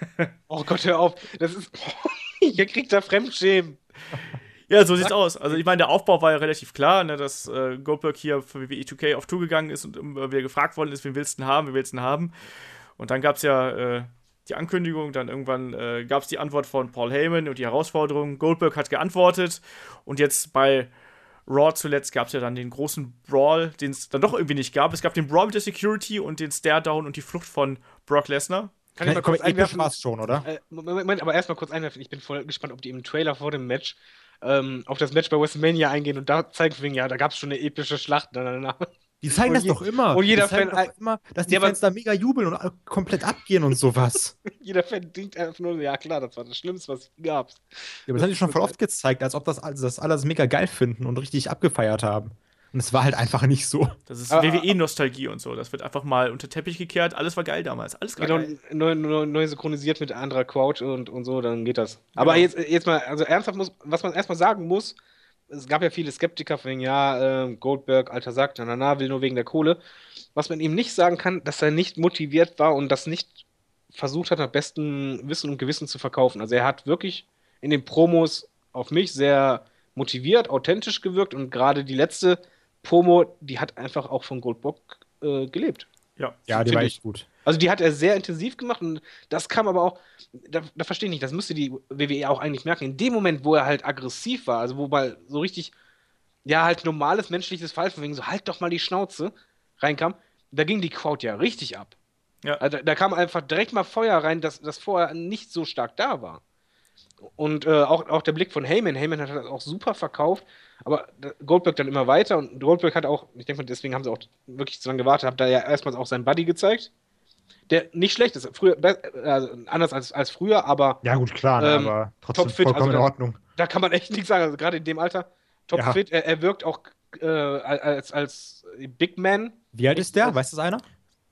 Oh Gott, hör auf. Das ist. Hier kriegt er Fremdschämen. Ja, so sieht's aus. Also ich meine, der Aufbau war ja relativ klar, ne, dass Goldberg hier für WWE 2K auf Tour gegangen ist und immer wieder gefragt worden ist, wen willst du denn haben, wen willst du denn haben? Und dann gab's ja die Ankündigung, dann irgendwann gab's die Antwort von Paul Heyman und die Herausforderung. Goldberg hat geantwortet und jetzt bei Raw zuletzt gab's ja dann den großen Brawl, den es dann doch irgendwie nicht gab. Es gab den Brawl mit der Security und den Stare-Down und die Flucht von Brock Lesnar. Kann ich mal kurz Episch einwerfen? war's schon, oder? Moment, aber erstmal kurz einwerfen. Ich bin voll gespannt, ob die im Trailer vor dem Match auf das Match bei WrestleMania eingehen und da zeigen, wegen, ja, da gab es schon eine epische Schlacht. Die zeigen Und das je- doch immer. und jeder die zeigen Fan- doch immer, dass die Ja, aber- Fans da mega jubeln und komplett abgehen und sowas. Jeder Fan denkt einfach nur, ja klar, das war das Schlimmste, was es gab. Ja, aber das haben die schon voll oft gezeigt, als ob das alles mega geil finden und richtig abgefeiert haben. Und es war halt einfach nicht so. Das ist Ah, WWE-Nostalgie und so. Das wird einfach mal unter den Teppich gekehrt. Alles war geil damals. Alles war Genau, geil. neu synchronisiert mit anderer Couch und so, dann geht das. Aber jetzt mal, also ernsthaft was man erstmal sagen muss, es gab ja viele Skeptiker von wegen, ja, Goldberg, alter Sack, will nur wegen der Kohle. Was man ihm nicht sagen kann, dass er nicht motiviert war und das nicht versucht hat, nach bestem Wissen und Gewissen zu verkaufen. Also er hat wirklich in den Promos auf mich sehr motiviert, authentisch gewirkt und gerade die letzte Promo, die hat einfach auch von Goldberg gelebt. Ja. Ja, die Find war ich. echt gut. Also die hat er sehr intensiv gemacht und das kam aber auch, da verstehe ich nicht, das müsste die WWE auch eigentlich merken, in dem Moment, wo er halt aggressiv war, also wo mal so richtig, ja, halt normales menschliches Verhalten, von wegen so, halt doch mal die Schnauze, reinkam, da ging die Crowd ja richtig ab. Ja. Also da kam einfach direkt mal Feuer rein, das vorher nicht so stark da war. Und auch der Blick von Heyman. Heyman hat das auch super verkauft, aber Goldberg dann immer weiter und Goldberg hat auch, ich denke mal, deswegen haben sie auch wirklich zu lange gewartet, hat da ja erstmals auch seinen Buddy gezeigt, der nicht schlecht ist, früher, also anders als früher, aber Ja, gut, klar, aber trotzdem topfit, vollkommen also in Ordnung. da kann man echt nichts sagen, also gerade in dem Alter, topfit, er wirkt auch als Big Man. Wie alt ist der? Weiß das einer?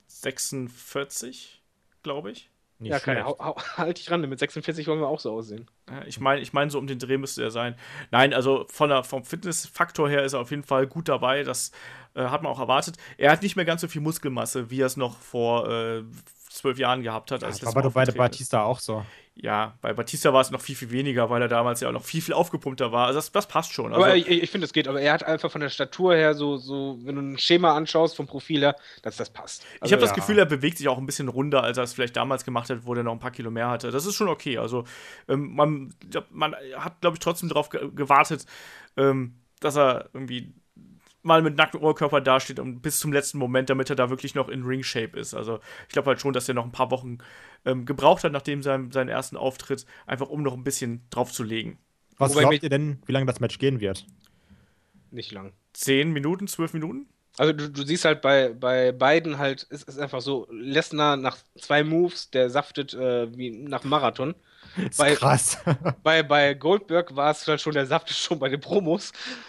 46, glaube ich. Nicht Ja, keine, schlecht. halt dich ran, mit 46 wollen wir auch so aussehen. Ja, ich mein, so um den Dreh müsste er sein. Nein, also vom Fitnessfaktor her ist er auf jeden Fall gut dabei. Das hat man auch erwartet. Er hat nicht mehr ganz so viel Muskelmasse, wie er es noch vor 12 Jahren gehabt hat. Als Das war doch bei Batista auch so. Ja, bei Batista war es noch viel, viel weniger, weil er damals ja auch noch viel, viel aufgepumpter war. Also das passt schon. Also, Aber ich finde, es geht. Aber er hat einfach von der Statur her so, wenn du ein Schema anschaust, vom Profil her, dass das passt. ich habe das ja. Gefühl, er bewegt sich auch ein bisschen runder, als er es vielleicht damals gemacht hat, wo er noch ein paar Kilo mehr hatte. Das ist schon okay. Also man hat, glaube ich, trotzdem darauf gewartet, dass er irgendwie mal mit nacktem Oberkörper dasteht und bis zum letzten Moment, damit er da wirklich noch in Ring-Shape ist. Also ich glaube halt schon, dass er noch ein paar Wochen gebraucht hat, nachdem seinen ersten Auftritt, einfach um noch ein bisschen draufzulegen. Was Wobei glaubt mich- ihr denn, wie lange das Match gehen wird? Nicht lang. 10 Minuten, 12 Minuten? Also du siehst halt bei beiden halt, es ist einfach so, Lesnar nach 2 Moves, der saftet wie nach einem Marathon. Das ist Bei- krass. Bei Goldberg war es halt schon, der saftet schon bei den Promos.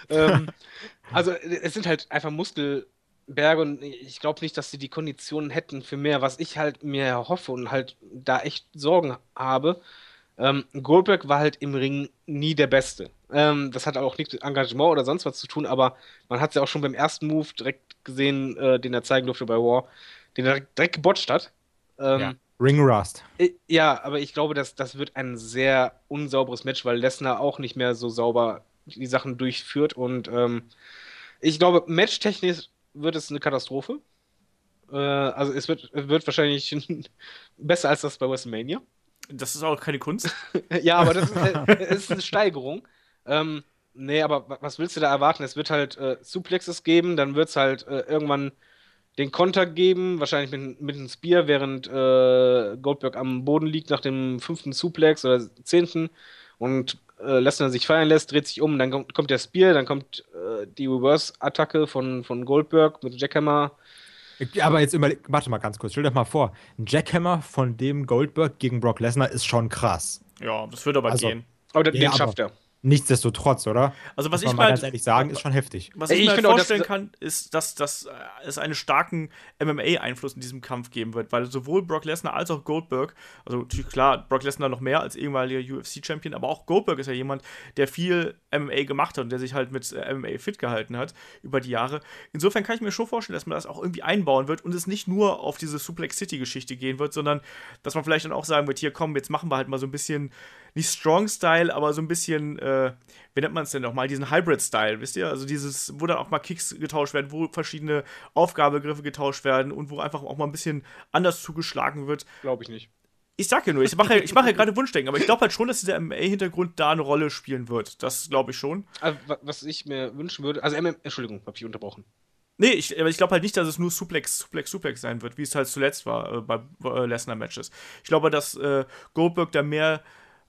Also es sind halt einfach Muskelberge und ich glaube nicht, dass sie die Konditionen hätten für mehr, was ich halt mir hoffe und halt da echt Sorgen habe. Goldberg war halt im Ring nie der Beste. Das hat auch nichts mit Engagement oder sonst was zu tun, aber man hat es ja auch schon beim ersten Move direkt gesehen, den er zeigen durfte bei War, den er direkt gebotcht hat. Ja. Ring Rust. Ja, aber ich glaube, das wird ein sehr unsauberes Match, weil Lesnar auch nicht mehr so sauber die Sachen durchführt. Und ich glaube, matchtechnisch wird es eine Katastrophe. Also es wird wahrscheinlich besser als das bei WrestleMania. Das ist auch keine Kunst. Ja, aber das ist eine Steigerung. Nee, aber was willst du da erwarten? Es wird halt Suplexes geben, dann wird es halt irgendwann den Konter geben, wahrscheinlich mit einem Spear, während Goldberg am Boden liegt nach dem 5. Suplex oder 10. und Lesnar sich fallen lässt, dreht sich um, dann kommt der Spear, dann kommt die Reverse-Attacke von Goldberg mit Jackhammer. Aber jetzt warte mal ganz kurz, stell dir mal vor, ein Jackhammer von dem Goldberg gegen Brock Lesnar ist schon krass. Ja, das wird aber Also, gehen. Aber Ja, den aber schafft er. Nichtsdestotrotz, oder? Also was Muss ich man mal mal ganz ehrlich sagen, ist schon heftig. Was ich Ich mir finde auch, vorstellen dass- kann, ist, dass es einen starken MMA-Einfluss in diesem Kampf geben wird, weil sowohl Brock Lesnar als auch Goldberg, also natürlich klar, Brock Lesnar noch mehr als ehemaliger UFC-Champion, aber auch Goldberg ist ja jemand, der viel MMA gemacht hat und der sich halt mit MMA fit gehalten hat über die Jahre. Insofern kann ich mir schon vorstellen, dass man das auch irgendwie einbauen wird und es nicht nur auf diese Suplex City-Geschichte gehen wird, sondern dass man vielleicht dann auch sagen wird, hier komm, jetzt machen wir halt mal so ein bisschen, nicht Strong-Style, aber so ein bisschen, wie nennt man es denn nochmal, diesen Hybrid-Style, wisst ihr? Also dieses, wo dann auch mal Kicks getauscht werden, wo verschiedene Aufgabegriffe getauscht werden und wo einfach auch mal ein bisschen anders zugeschlagen wird. Glaube ich nicht. Ich sag ja nur, ich mache ja gerade Wunschdenken, aber ich glaube halt schon, dass dieser MMA-Hintergrund da eine Rolle spielen wird. Das glaube ich schon. Also, was ich mir wünschen würde, also Entschuldigung, habe ich unterbrochen. Nee, aber ich glaube halt nicht, dass es nur Suplex sein wird, wie es halt zuletzt war bei Lesnar-Matches. Ich glaube, dass Goldberg da mehr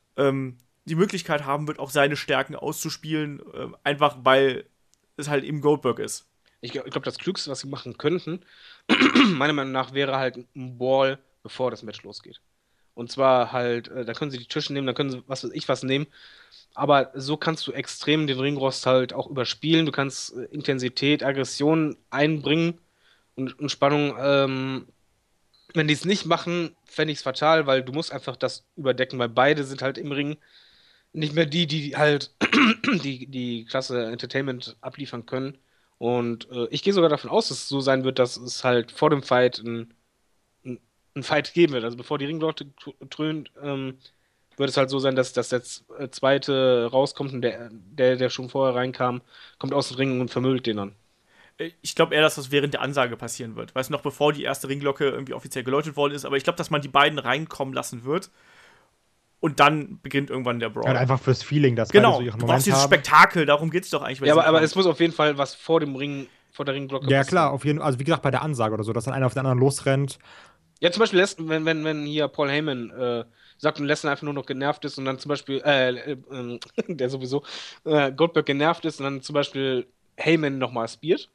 die Möglichkeit haben wird, auch seine Stärken auszuspielen, einfach weil es halt eben Goldberg ist. Ich glaube, das Klügste, was sie machen könnten, meiner Meinung nach, wäre halt ein Ball, bevor das Match losgeht. Und zwar halt, da können sie die Tische nehmen, da können sie was nehmen. Aber so kannst du extrem den Ringrost halt auch überspielen. Du kannst Intensität, Aggression einbringen und Spannung. Wenn die es nicht machen, fände ich es fatal, weil du musst einfach das überdecken, weil beide sind halt im Ring nicht mehr die halt die Klasse Entertainment abliefern können. Und ich gehe sogar davon aus, dass es so sein wird, dass es halt vor dem Fight ein Fight geben wird. Also bevor die Ringglocke dröhnt, wird es halt so sein, dass der zweite rauskommt und der schon vorher reinkam, kommt aus dem Ring und vermöbelt den dann. Ich glaube eher, dass das während der Ansage passieren wird. Weißt du, noch bevor die erste Ringglocke irgendwie offiziell geläutet worden ist. Aber ich glaube, dass man die beiden reinkommen lassen wird. Und dann beginnt irgendwann der Brawl. Ja, einfach fürs Feeling, dass Genau, beide so ihren du brauchst Moment dieses haben. Spektakel, darum geht es doch eigentlich. bei Ja, diesem aber Kampf. es muss auf jeden Fall was vor der Ringglocke Ja, passieren. klar, auf jeden Fall. Also, wie gesagt, bei der Ansage oder so, dass dann einer auf den anderen losrennt. Ja, zum Beispiel, wenn hier Paul Heyman sagt und Lesnar einfach nur noch genervt ist und dann zum Beispiel, der sowieso, Goldberg genervt ist und dann zum Beispiel Heyman nochmal speart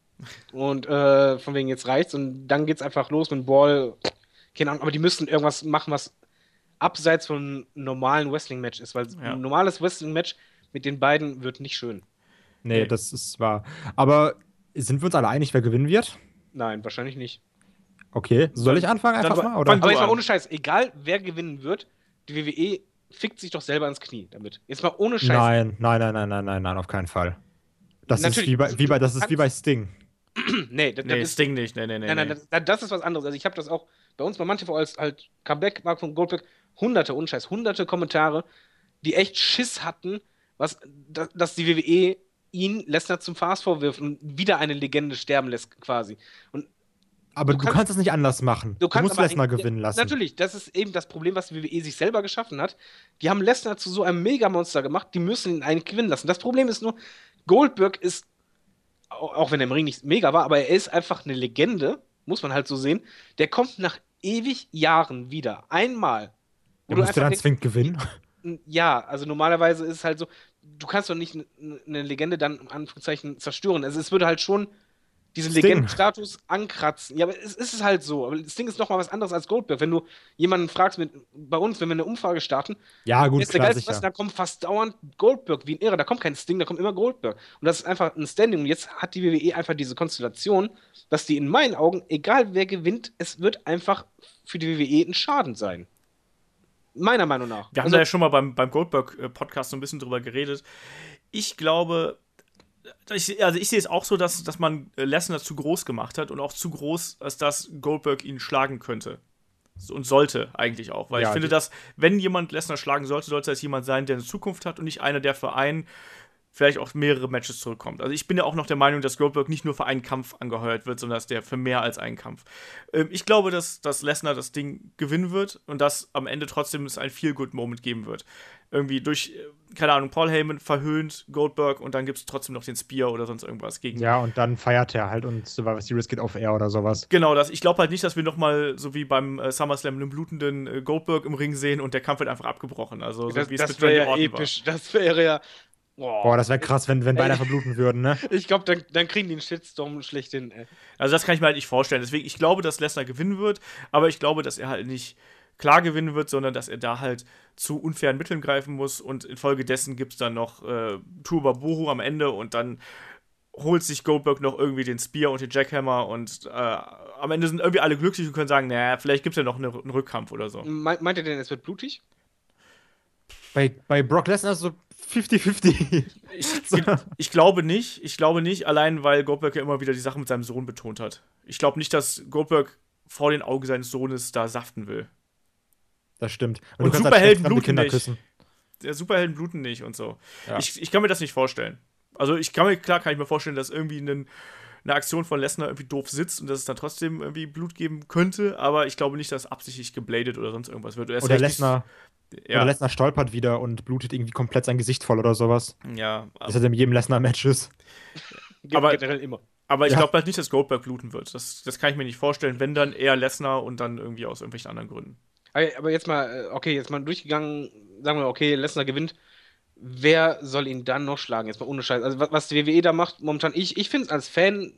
und von wegen jetzt reicht's und dann geht's einfach los mit dem Ball, keine Ahnung, aber die müssten irgendwas machen, was abseits von einem normalen Wrestling-Match ist, weil Ja. ein normales Wrestling-Match mit den beiden wird nicht schön. Nee, Nee. das ist wahr. Aber sind wir uns alle einig, wer gewinnen wird? Nein, wahrscheinlich nicht. Okay, soll ich anfangen dann einfach mal? fang Oder? du Aber jetzt mal an. ohne Scheiß, egal wer gewinnen wird, die WWE fickt sich doch selber ins Knie damit. Jetzt mal ohne Scheiß. Nein, auf keinen Fall. Das ist Natürlich, das ist wie bei Sting. Nee, das Nee, ist Sting nicht. Nee. Nein, das ist was anderes. Also ich habe das auch bei uns bei MannTV als halt Comeback war von Goldberg hunderte Kommentare, die echt Schiss hatten, dass die WWE ihn Lesnar zum Fast vorwirft und wieder eine Legende sterben lässt quasi. Und Aber Du du kannst- kannst das nicht anders machen. Du kannst musst aber Lesnar eigentlich- gewinnen lassen. Natürlich, das ist eben das Problem, was die WWE sich selber geschaffen hat. Die haben Lesnar zu so einem Megamonster gemacht, die müssen ihn eigentlich gewinnen lassen. Das Problem ist nur, Goldberg ist, auch wenn er im Ring nicht mega war, aber er ist einfach eine Legende, muss man halt so sehen. Der kommt nach ewig Jahren wieder. Einmal. Du musst du dann denkst, zwingend gewinnen. ja, also normalerweise ist es halt so, du kannst doch nicht eine Legende dann in Anführungszeichen zerstören. Also es würde halt schon diesen Sting. Legendenstatus ankratzen. Ja, aber es ist halt so. Aber das Ding ist nochmal was anderes als Goldberg. Wenn du jemanden fragst, bei uns, wenn wir eine Umfrage starten, Ja, wer gut, ist der klar, geilste sicher. Wrestler, da kommt fast dauernd Goldberg wie ein Irrer. Da kommt kein Sting, da kommt immer Goldberg. Und das ist einfach ein Standing. Und jetzt hat die WWE einfach diese Konstellation, dass die in meinen Augen, egal wer gewinnt, es wird einfach für die WWE ein Schaden sein. Meiner Meinung nach. Wir haben Also, da ja schon mal beim Goldberg-Podcast so ein bisschen drüber geredet. Ich glaube, ich sehe es auch so, dass man Lesnar zu groß gemacht hat und auch zu groß, als dass Goldberg ihn schlagen könnte. Und sollte eigentlich auch. Weil Ja, ich finde, dass, wenn jemand Lesnar schlagen sollte, sollte es jemand sein, der eine Zukunft hat und nicht einer, der für ein vielleicht auch mehrere Matches zurückkommt. Also ich bin ja auch noch der Meinung, dass Goldberg nicht nur für einen Kampf angeheuert wird, sondern dass der für mehr als einen Kampf. Ich glaube, dass Lesnar das Ding gewinnen wird und dass am Ende trotzdem es ein Feel-Good-Moment geben wird. Irgendwie durch, keine Ahnung, Paul Heyman verhöhnt Goldberg und dann gibt es trotzdem noch den Spear oder sonst irgendwas gegen. Ja, und dann feiert er halt und Survivor Series geht auf Air oder sowas. Genau, ich glaube halt nicht, dass wir nochmal so wie beim SummerSlam einen blutenden Goldberg im Ring sehen und der Kampf wird einfach abgebrochen. Also so wie es Das mit wäre Randy ja Orton episch. Das wäre ja. Boah, das wäre krass, wenn beide verbluten würden, ne? Ich glaube, dann kriegen die einen Shitstorm schlechthin, ey. Also das kann ich mir halt nicht vorstellen. Deswegen, ich glaube, dass Lesnar gewinnen wird, aber ich glaube, dass er halt nicht klar gewinnen wird, sondern dass er da halt zu unfairen Mitteln greifen muss und infolgedessen gibt es dann noch Tuoba-Boru am Ende und dann holt sich Goldberg noch irgendwie den Spear und den Jackhammer und am Ende sind irgendwie alle glücklich und können sagen, naja, vielleicht gibt es ja noch einen Rückkampf oder so. Meint ihr denn, es wird blutig? Bei Brock Lesnar ist so 50-50. Ich glaube nicht. Ich glaube nicht, allein weil Goldberg ja immer wieder die Sache mit seinem Sohn betont hat. Ich glaube nicht, dass Goldberg vor den Augen seines Sohnes da saften will. Das stimmt. Und du kannst Superhelden halt bluten Kinder nicht. küssen. Der Superhelden bluten nicht und so. Ja. Ich kann mir das nicht vorstellen. Also kann ich mir vorstellen, dass irgendwie eine Aktion von Lesnar irgendwie doof sitzt und dass es dann trotzdem irgendwie Blut geben könnte, aber ich glaube nicht, dass absichtlich gebladet oder sonst irgendwas wird. Oder Lesnar stolpert wieder und blutet irgendwie komplett sein Gesicht voll oder sowas. Ja. Das hat in jedem Lesnar-Match ist. Aber generell immer. Aber ich glaube halt nicht, dass Goldberg bluten wird. Das kann ich mir nicht vorstellen. Wenn, dann eher Lesnar und dann irgendwie aus irgendwelchen anderen Gründen. Aber jetzt mal durchgegangen, sagen wir, okay, Lesnar gewinnt. Wer soll ihn dann noch schlagen? Jetzt mal ohne Scheiß. Also, was die WWE da macht, momentan, ich finde es als Fan,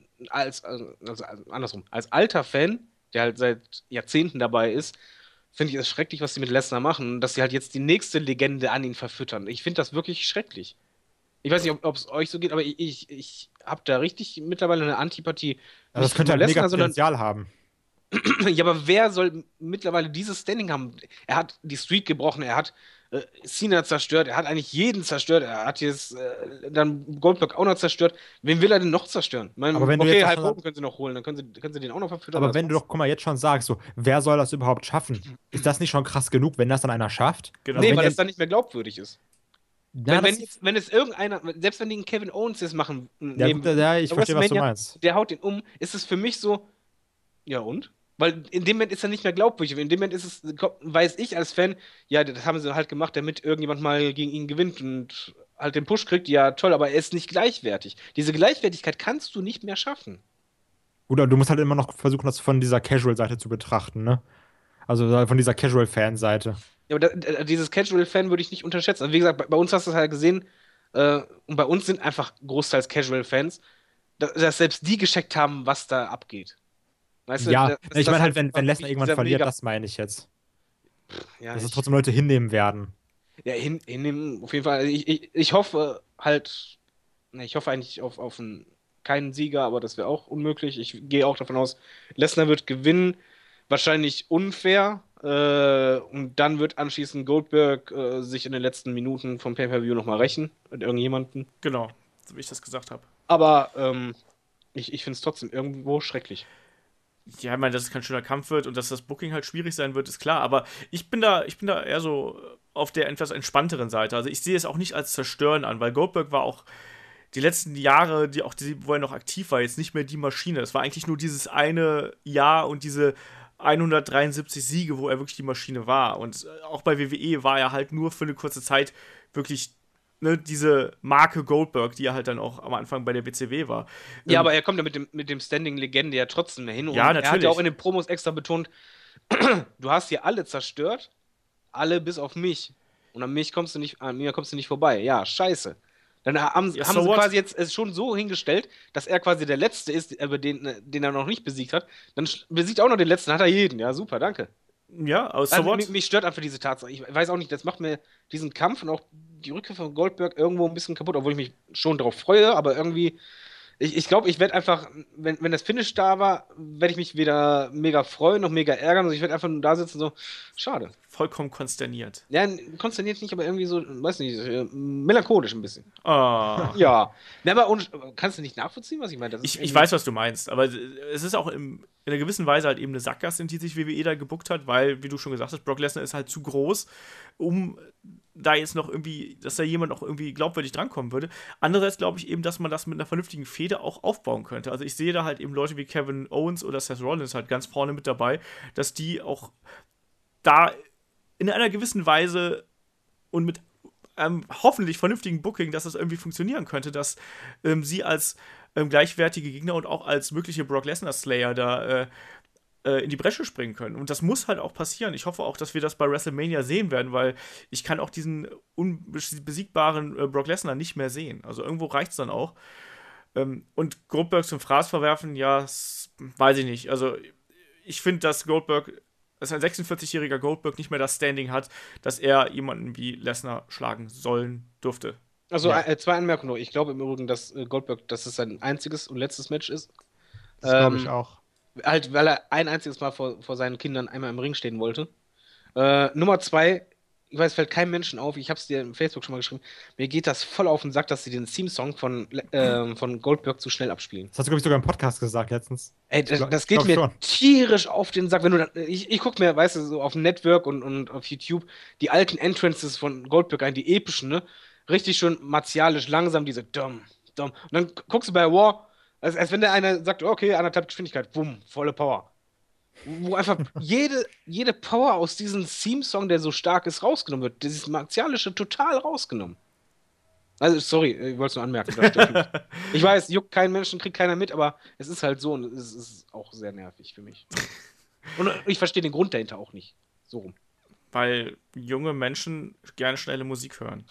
andersrum, als alter Fan, der halt seit Jahrzehnten dabei ist, finde ich es schrecklich, was sie mit Lesnar machen, dass sie halt jetzt die nächste Legende an ihn verfüttern. Ich finde das wirklich schrecklich. Ich weiß nicht, ob es euch so geht, aber ich habe da richtig mittlerweile eine Antipathie. Also das könnte halt mega Potenzial haben. Ja, aber wer soll mittlerweile dieses Standing haben? Er hat die Streak gebrochen, er hat Cena zerstört, er hat eigentlich jeden zerstört, er hat jetzt dann Goldberg auch noch zerstört. Wen will er denn noch zerstören? Aber wenn du jetzt Hulk Hogan können sie noch holen, dann können sie den auch noch verfüttern. Aber wenn du doch, guck mal, jetzt schon sagst, so, wer soll das überhaupt schaffen? Ist das nicht schon krass genug, wenn das dann einer schafft? Genau. Nee, Also weil wenn es dann nicht mehr glaubwürdig ist. Wenn es irgendeiner, selbst wenn die einen Kevin Owens jetzt machen, ich verstehe, was du meinst. der haut den um, ist es für mich so, ja und? Weil in dem Moment ist er nicht mehr glaubwürdig. In dem Moment weiß ich als Fan, ja, das haben sie halt gemacht, damit irgendjemand mal gegen ihn gewinnt und halt den Push kriegt. Ja, toll, aber er ist nicht gleichwertig. Diese Gleichwertigkeit kannst du nicht mehr schaffen. Oder du musst halt immer noch versuchen, das von dieser Casual-Seite zu betrachten, ne? Also von dieser Casual-Fan-Seite. Ja, aber dieses Casual-Fan würde ich nicht unterschätzen. Also wie gesagt, bei uns hast du es halt gesehen, und bei uns sind einfach großteils Casual-Fans, dass selbst die gecheckt haben, was da abgeht. Weißt du, ja, ich meine halt, halt wenn Lesnar irgendwann verliert, das meine ich jetzt. Ja, dass es trotzdem Leute hinnehmen werden. Ja, hinnehmen, auf jeden Fall. Also ich hoffe halt, ich hoffe eigentlich auf keinen Sieger, aber das wäre auch unmöglich. Ich gehe auch davon aus, Lesnar wird gewinnen, wahrscheinlich unfair, und dann wird anschließend Goldberg sich in den letzten Minuten vom Pay-Per-View nochmal rächen mit irgendjemandem. Genau, so wie ich das gesagt habe. Aber ich finde es trotzdem irgendwo schrecklich. Ja, ich meine, dass es kein schöner Kampf wird und dass das Booking halt schwierig sein wird, ist klar. Aber ich bin da eher so auf der etwas entspannteren Seite. Also ich sehe es auch nicht als Zerstören an, weil Goldberg war auch die letzten Jahre, wo er noch aktiv war, jetzt nicht mehr die Maschine. Es war eigentlich nur dieses eine Jahr und diese 173 Siege, wo er wirklich die Maschine war. Und auch bei WWE war er halt nur für eine kurze Zeit wirklich diese Marke Goldberg, die er halt dann auch am Anfang bei der WCW war. Ja, aber er kommt ja mit dem Standing Legende ja trotzdem mehr hin. Und ja, natürlich. Er hat ja auch in den Promos extra betont, du hast hier alle zerstört, alle bis auf mich. Und an mir kommst du nicht vorbei. Ja, scheiße. Dann haben sie quasi jetzt es schon so hingestellt, dass er quasi der Letzte ist, den er noch nicht besiegt hat. Dann besiegt auch noch den Letzten, hat er jeden. Ja, super, danke. Ja, aber so what? Mich stört einfach diese Tatsache. Ich weiß auch nicht, das macht mir diesen Kampf und auch die Rückkehr von Goldberg irgendwo ein bisschen kaputt, obwohl ich mich schon darauf freue, aber irgendwie, ich glaube, ich werde einfach, wenn das Finish da war, werde ich mich weder mega freuen noch mega ärgern. Also ich werde einfach nur da sitzen so, schade. vollkommen konsterniert. Ja, konsterniert nicht, aber irgendwie so, weiß nicht, melancholisch ein bisschen. Ah. Ja. Na, aber kannst du nicht nachvollziehen, was ich meine? Das ist Ich irgendwie- weiß, was du meinst, aber es ist auch in einer gewissen Weise halt eben eine Sackgasse, in die sich WWE da gebuckt hat, weil, wie du schon gesagt hast, Brock Lesnar ist halt zu groß, um da jetzt noch irgendwie, dass da jemand noch irgendwie glaubwürdig drankommen würde. Andererseits glaube ich eben, dass man das mit einer vernünftigen Fehde auch aufbauen könnte. Also ich sehe da halt eben Leute wie Kevin Owens oder Seth Rollins halt ganz vorne mit dabei, dass die auch da in einer gewissen Weise und mit hoffentlich vernünftigen Booking, dass das irgendwie funktionieren könnte, dass sie als gleichwertige Gegner und auch als mögliche Brock Lesnar-Slayer da in die Bresche springen können. Und das muss halt auch passieren. Ich hoffe auch, dass wir das bei WrestleMania sehen werden, weil ich kann auch diesen unbesiegbaren Brock Lesnar nicht mehr sehen. Also irgendwo reicht es dann auch. Und Goldberg zum Fraß verwerfen, ja, weiß ich nicht. Also ich finde, dass ein 46-jähriger Goldberg nicht mehr das Standing hat, dass er jemanden wie Lesnar schlagen sollen dürfte. Also Ja. 2 Anmerkungen noch. Ich glaube im Übrigen, dass Goldberg, dass es sein einziges und letztes Match ist. Das glaube ich auch. Halt, weil er ein einziges Mal vor seinen Kindern einmal im Ring stehen wollte. Nummer 2, ich weiß, fällt keinem Menschen auf, ich habe es dir im Facebook schon mal geschrieben, mir geht das voll auf den Sack, dass sie den Theme-Song von Goldberg zu schnell abspielen. Das hast du, glaube ich, sogar im Podcast gesagt letztens. Ey, das geht glaub mir schon. tierisch auf den Sack. Wenn du ich guck mir, weißt du, so auf dem Network und auf YouTube die alten Entrances von Goldberg ein, die epischen, ne? Richtig schön martialisch, langsam, diese dumm. Und dann guckst du bei War, als wenn der einer sagt, okay, 1,5 Geschwindigkeit, bumm, volle Power. Wo einfach jede Power aus diesem Theme-Song, der so stark ist, rausgenommen wird. Dieses Martialische total rausgenommen. Also, sorry, ich wollte es nur anmerken. Das stört mich. Ich weiß, juckt keinen Menschen, kriegt keiner mit, aber es ist halt so und es ist auch sehr nervig für mich. Und ich verstehe den Grund dahinter auch nicht. So rum. Weil junge Menschen gerne schnelle Musik hören.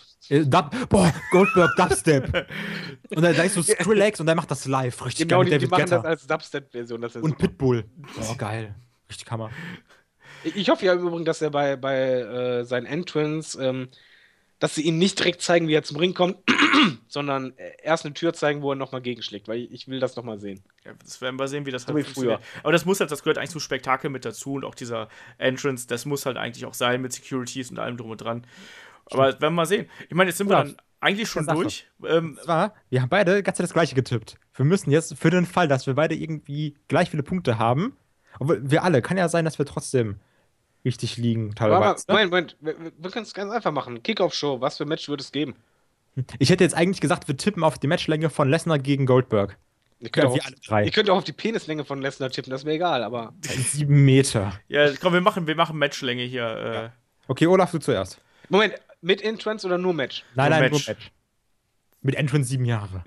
Goldberg Dubstep. Und dann ist so Skrillex und der macht das live. Richtig Genau, geil mit die David machen das Guetta. als Dubstep-Version. Das ist Und super. Pitbull. Oh, geil. Richtig Hammer. Ich hoffe ja im Übrigen, dass er bei seinen Entrance, dass sie ihn nicht direkt zeigen, wie er zum Ring kommt, sondern erst eine Tür zeigen, wo er nochmal gegenschlägt, weil ich will das nochmal sehen. Ja, das werden wir sehen, wie das So halt wie funktioniert. Aber das gehört eigentlich zum Spektakel mit dazu und auch dieser Entrance, das muss halt eigentlich auch sein mit Securities und allem drum und dran. Aber werden wir mal sehen. Ich meine, jetzt sind wir Ja. dann eigentlich schon Ja, sag durch. Das war, wir haben beide ganz das Gleiche getippt. Wir müssen jetzt für den Fall, dass wir beide irgendwie gleich viele Punkte haben, obwohl wir alle, kann ja sein, dass wir trotzdem richtig liegen, Aber teilweise. Moment, wir können es ganz einfach machen. Kickoff-Show, was für Match würde es geben? Ich hätte jetzt eigentlich gesagt, wir tippen auf die Matchlänge von Lesnar gegen Goldberg. Ihr könnt, Ja, auch wir alle drei. ihr könnt auch auf die Penislänge von Lesnar tippen, das ist mir egal, aber 7 Meter. Ja, komm, wir machen Matchlänge hier. Okay, Olaf, du zuerst. Moment, mit Entrance oder nur Match? Nein, Nur nein, Match. nur Match. Mit Entrance 7 Jahre.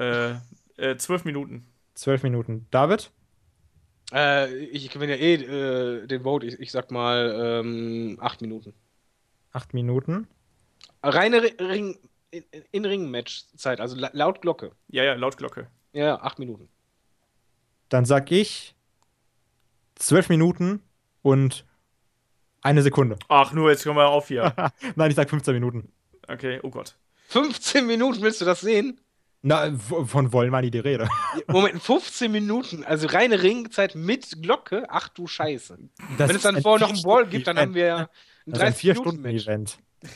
12 Minuten. 12 Minuten. David? Ich gewinne ja den Vote, ich sag mal 8 Minuten. 8 Minuten. Reine In-Ring-Match-Zeit, also laut Glocke. Ja, laut Glocke. Ja, 8 Minuten. Dann sag ich 12 Minuten und 1 Sekunde. Ach, nur, jetzt kommen wir auf hier. Nein, ich sag 15 Minuten. Okay, oh Gott. 15 Minuten, willst du das sehen? Na, von wollen war nie die Rede. Moment, 15 Minuten, also reine Ringzeit mit Glocke? Ach du Scheiße. Das Wenn es ist dann ein vorher noch einen Wall gibt, dann haben wir ja ein Das ist ein 30-Minuten-Match. 4-Stunden-Event.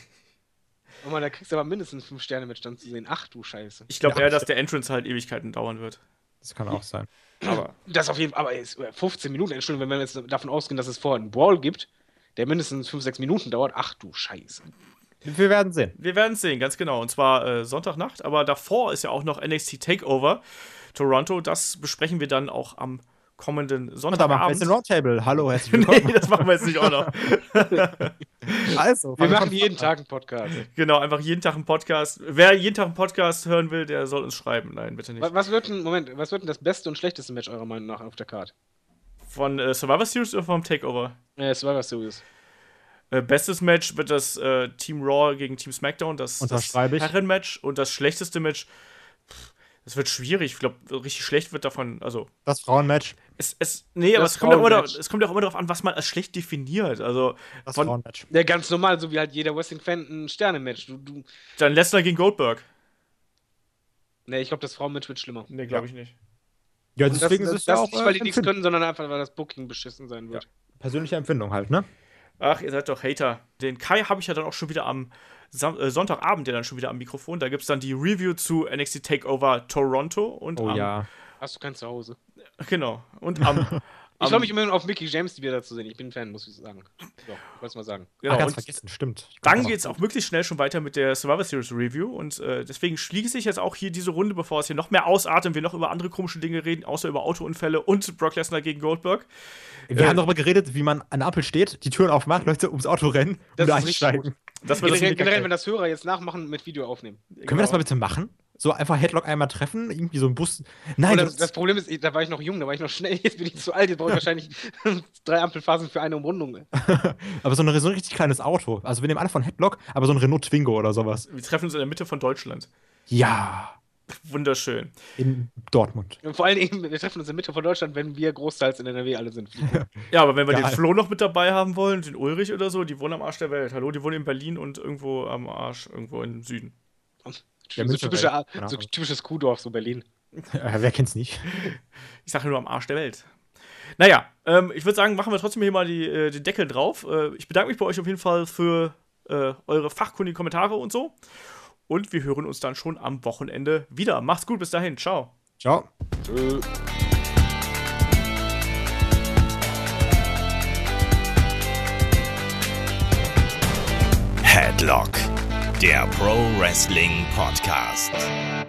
Oh Mann, da kriegst du aber mindestens 5 Sterne-Match dann zu sehen. Ach du Scheiße. Ich glaube Ja. eher, dass der Entrance halt Ewigkeiten dauern wird. Das kann auch sein. Aber Das auf jeden Fall, aber 15 Minuten, Entschuldigung, wenn wir jetzt davon ausgehen, dass es vorher einen Brawl gibt, der mindestens 5, 6 Minuten dauert, ach du Scheiße. Wir werden sehen. wir werden es sehen, ganz genau. Und zwar Sonntagnacht. Aber davor ist ja auch noch NXT Takeover Toronto. Das besprechen wir dann auch am kommenden Und da machen wir jetzt Sonntagabend. den Roundtable. Hallo, herzlich willkommen. Nee, das machen wir jetzt nicht auch noch. Also, Wir fangen machen von jeden vorne Tag einen Podcast. Genau, einfach jeden Tag einen Podcast. Wer jeden Tag einen Podcast hören will, der soll uns schreiben. Nein, bitte nicht. Was wird denn das beste und schlechteste Match eurer Meinung nach auf der Card? Von Survivor Series oder vom Takeover? Survivor Series. Bestes Match wird das Team Raw gegen Team SmackDown, das Unterschreibe ich. Herrenmatch. Und das schlechteste Match, das wird schwierig. Ich glaube, richtig schlecht wird davon, also Das Frauenmatch. nee, aber Das es kommt, Frauenmatch. es kommt ja auch immer darauf an, was man als schlecht definiert. Also Das von, Frauenmatch. Ja, ganz normal, so wie halt jeder Wrestling-Fan ein Sterne-Match. dann Lesnar gegen Goldberg. Ne, ich glaube, das Frauenmatch wird schlimmer. Nee, glaube ich nicht. Ja, Und deswegen ist es ja auch nicht, weil die nichts Empfinden- können, sondern einfach, weil das Booking beschissen sein wird. persönliche Empfindung halt, ne? Ach, ihr seid doch Hater. Den Kai habe ich ja dann auch schon wieder am Sonntagabend, dann schon wieder am Mikrofon. Da gibt es dann die Review zu NXT TakeOver Toronto. Und Hast du kein Zuhause? Genau. Und am ich freue mich immer auf Mickey James, die wieder dazu sehen. Ich bin ein Fan, muss ich sagen. So, ich wollte es mal sagen. Genau, ganz vergessen, stimmt. Dann geht es auch möglichst schnell schon weiter mit der Survivor Series Review. Und deswegen schließe ich jetzt auch hier diese Runde, bevor es hier noch mehr ausartet und wir noch über andere komische Dinge reden, außer über Autounfälle und Brock Lesnar gegen Goldberg. Wir haben darüber geredet, wie man an der Ampel steht, die Türen aufmacht, Leute ums Auto rennen Das und ist richtig einsteigen. Generell, wenn das Hörer jetzt nachmachen, mit Video aufnehmen. Können wir das mal bitte machen? So einfach Headlock einmal treffen, irgendwie so ein Bus. Nein, das Problem ist, da war ich noch jung, da war ich noch schnell, jetzt bin ich zu alt, jetzt brauche ich wahrscheinlich 3 Ampelphasen für eine Umrundung. Aber so ein richtig kleines Auto. Also wir nehmen alle von Headlock, aber so ein Renault Twingo oder sowas. Wir treffen uns in der Mitte von Deutschland. Ja. Wunderschön. In Dortmund. Und vor allen Dingen, wir treffen uns in der Mitte von Deutschland, wenn wir großteils in NRW alle sind. Ja, aber wenn wir Geil. den Flo noch mit dabei haben wollen, den Ulrich oder so, die wohnen am Arsch der Welt. Hallo, die wohnen in Berlin und irgendwo am Arsch, irgendwo im Süden. So typisches Kuhdorf, so Berlin. Wer kennt's nicht? Ich sage nur am Arsch der Welt. Naja, ich würde sagen, machen wir trotzdem hier mal den Deckel drauf. Ich bedanke mich bei euch auf jeden Fall für eure fachkundigen Kommentare und so. Und wir hören uns dann schon am Wochenende wieder. Macht's gut, bis dahin. Ciao. Ciao. Headlock, der Pro Wrestling Podcast.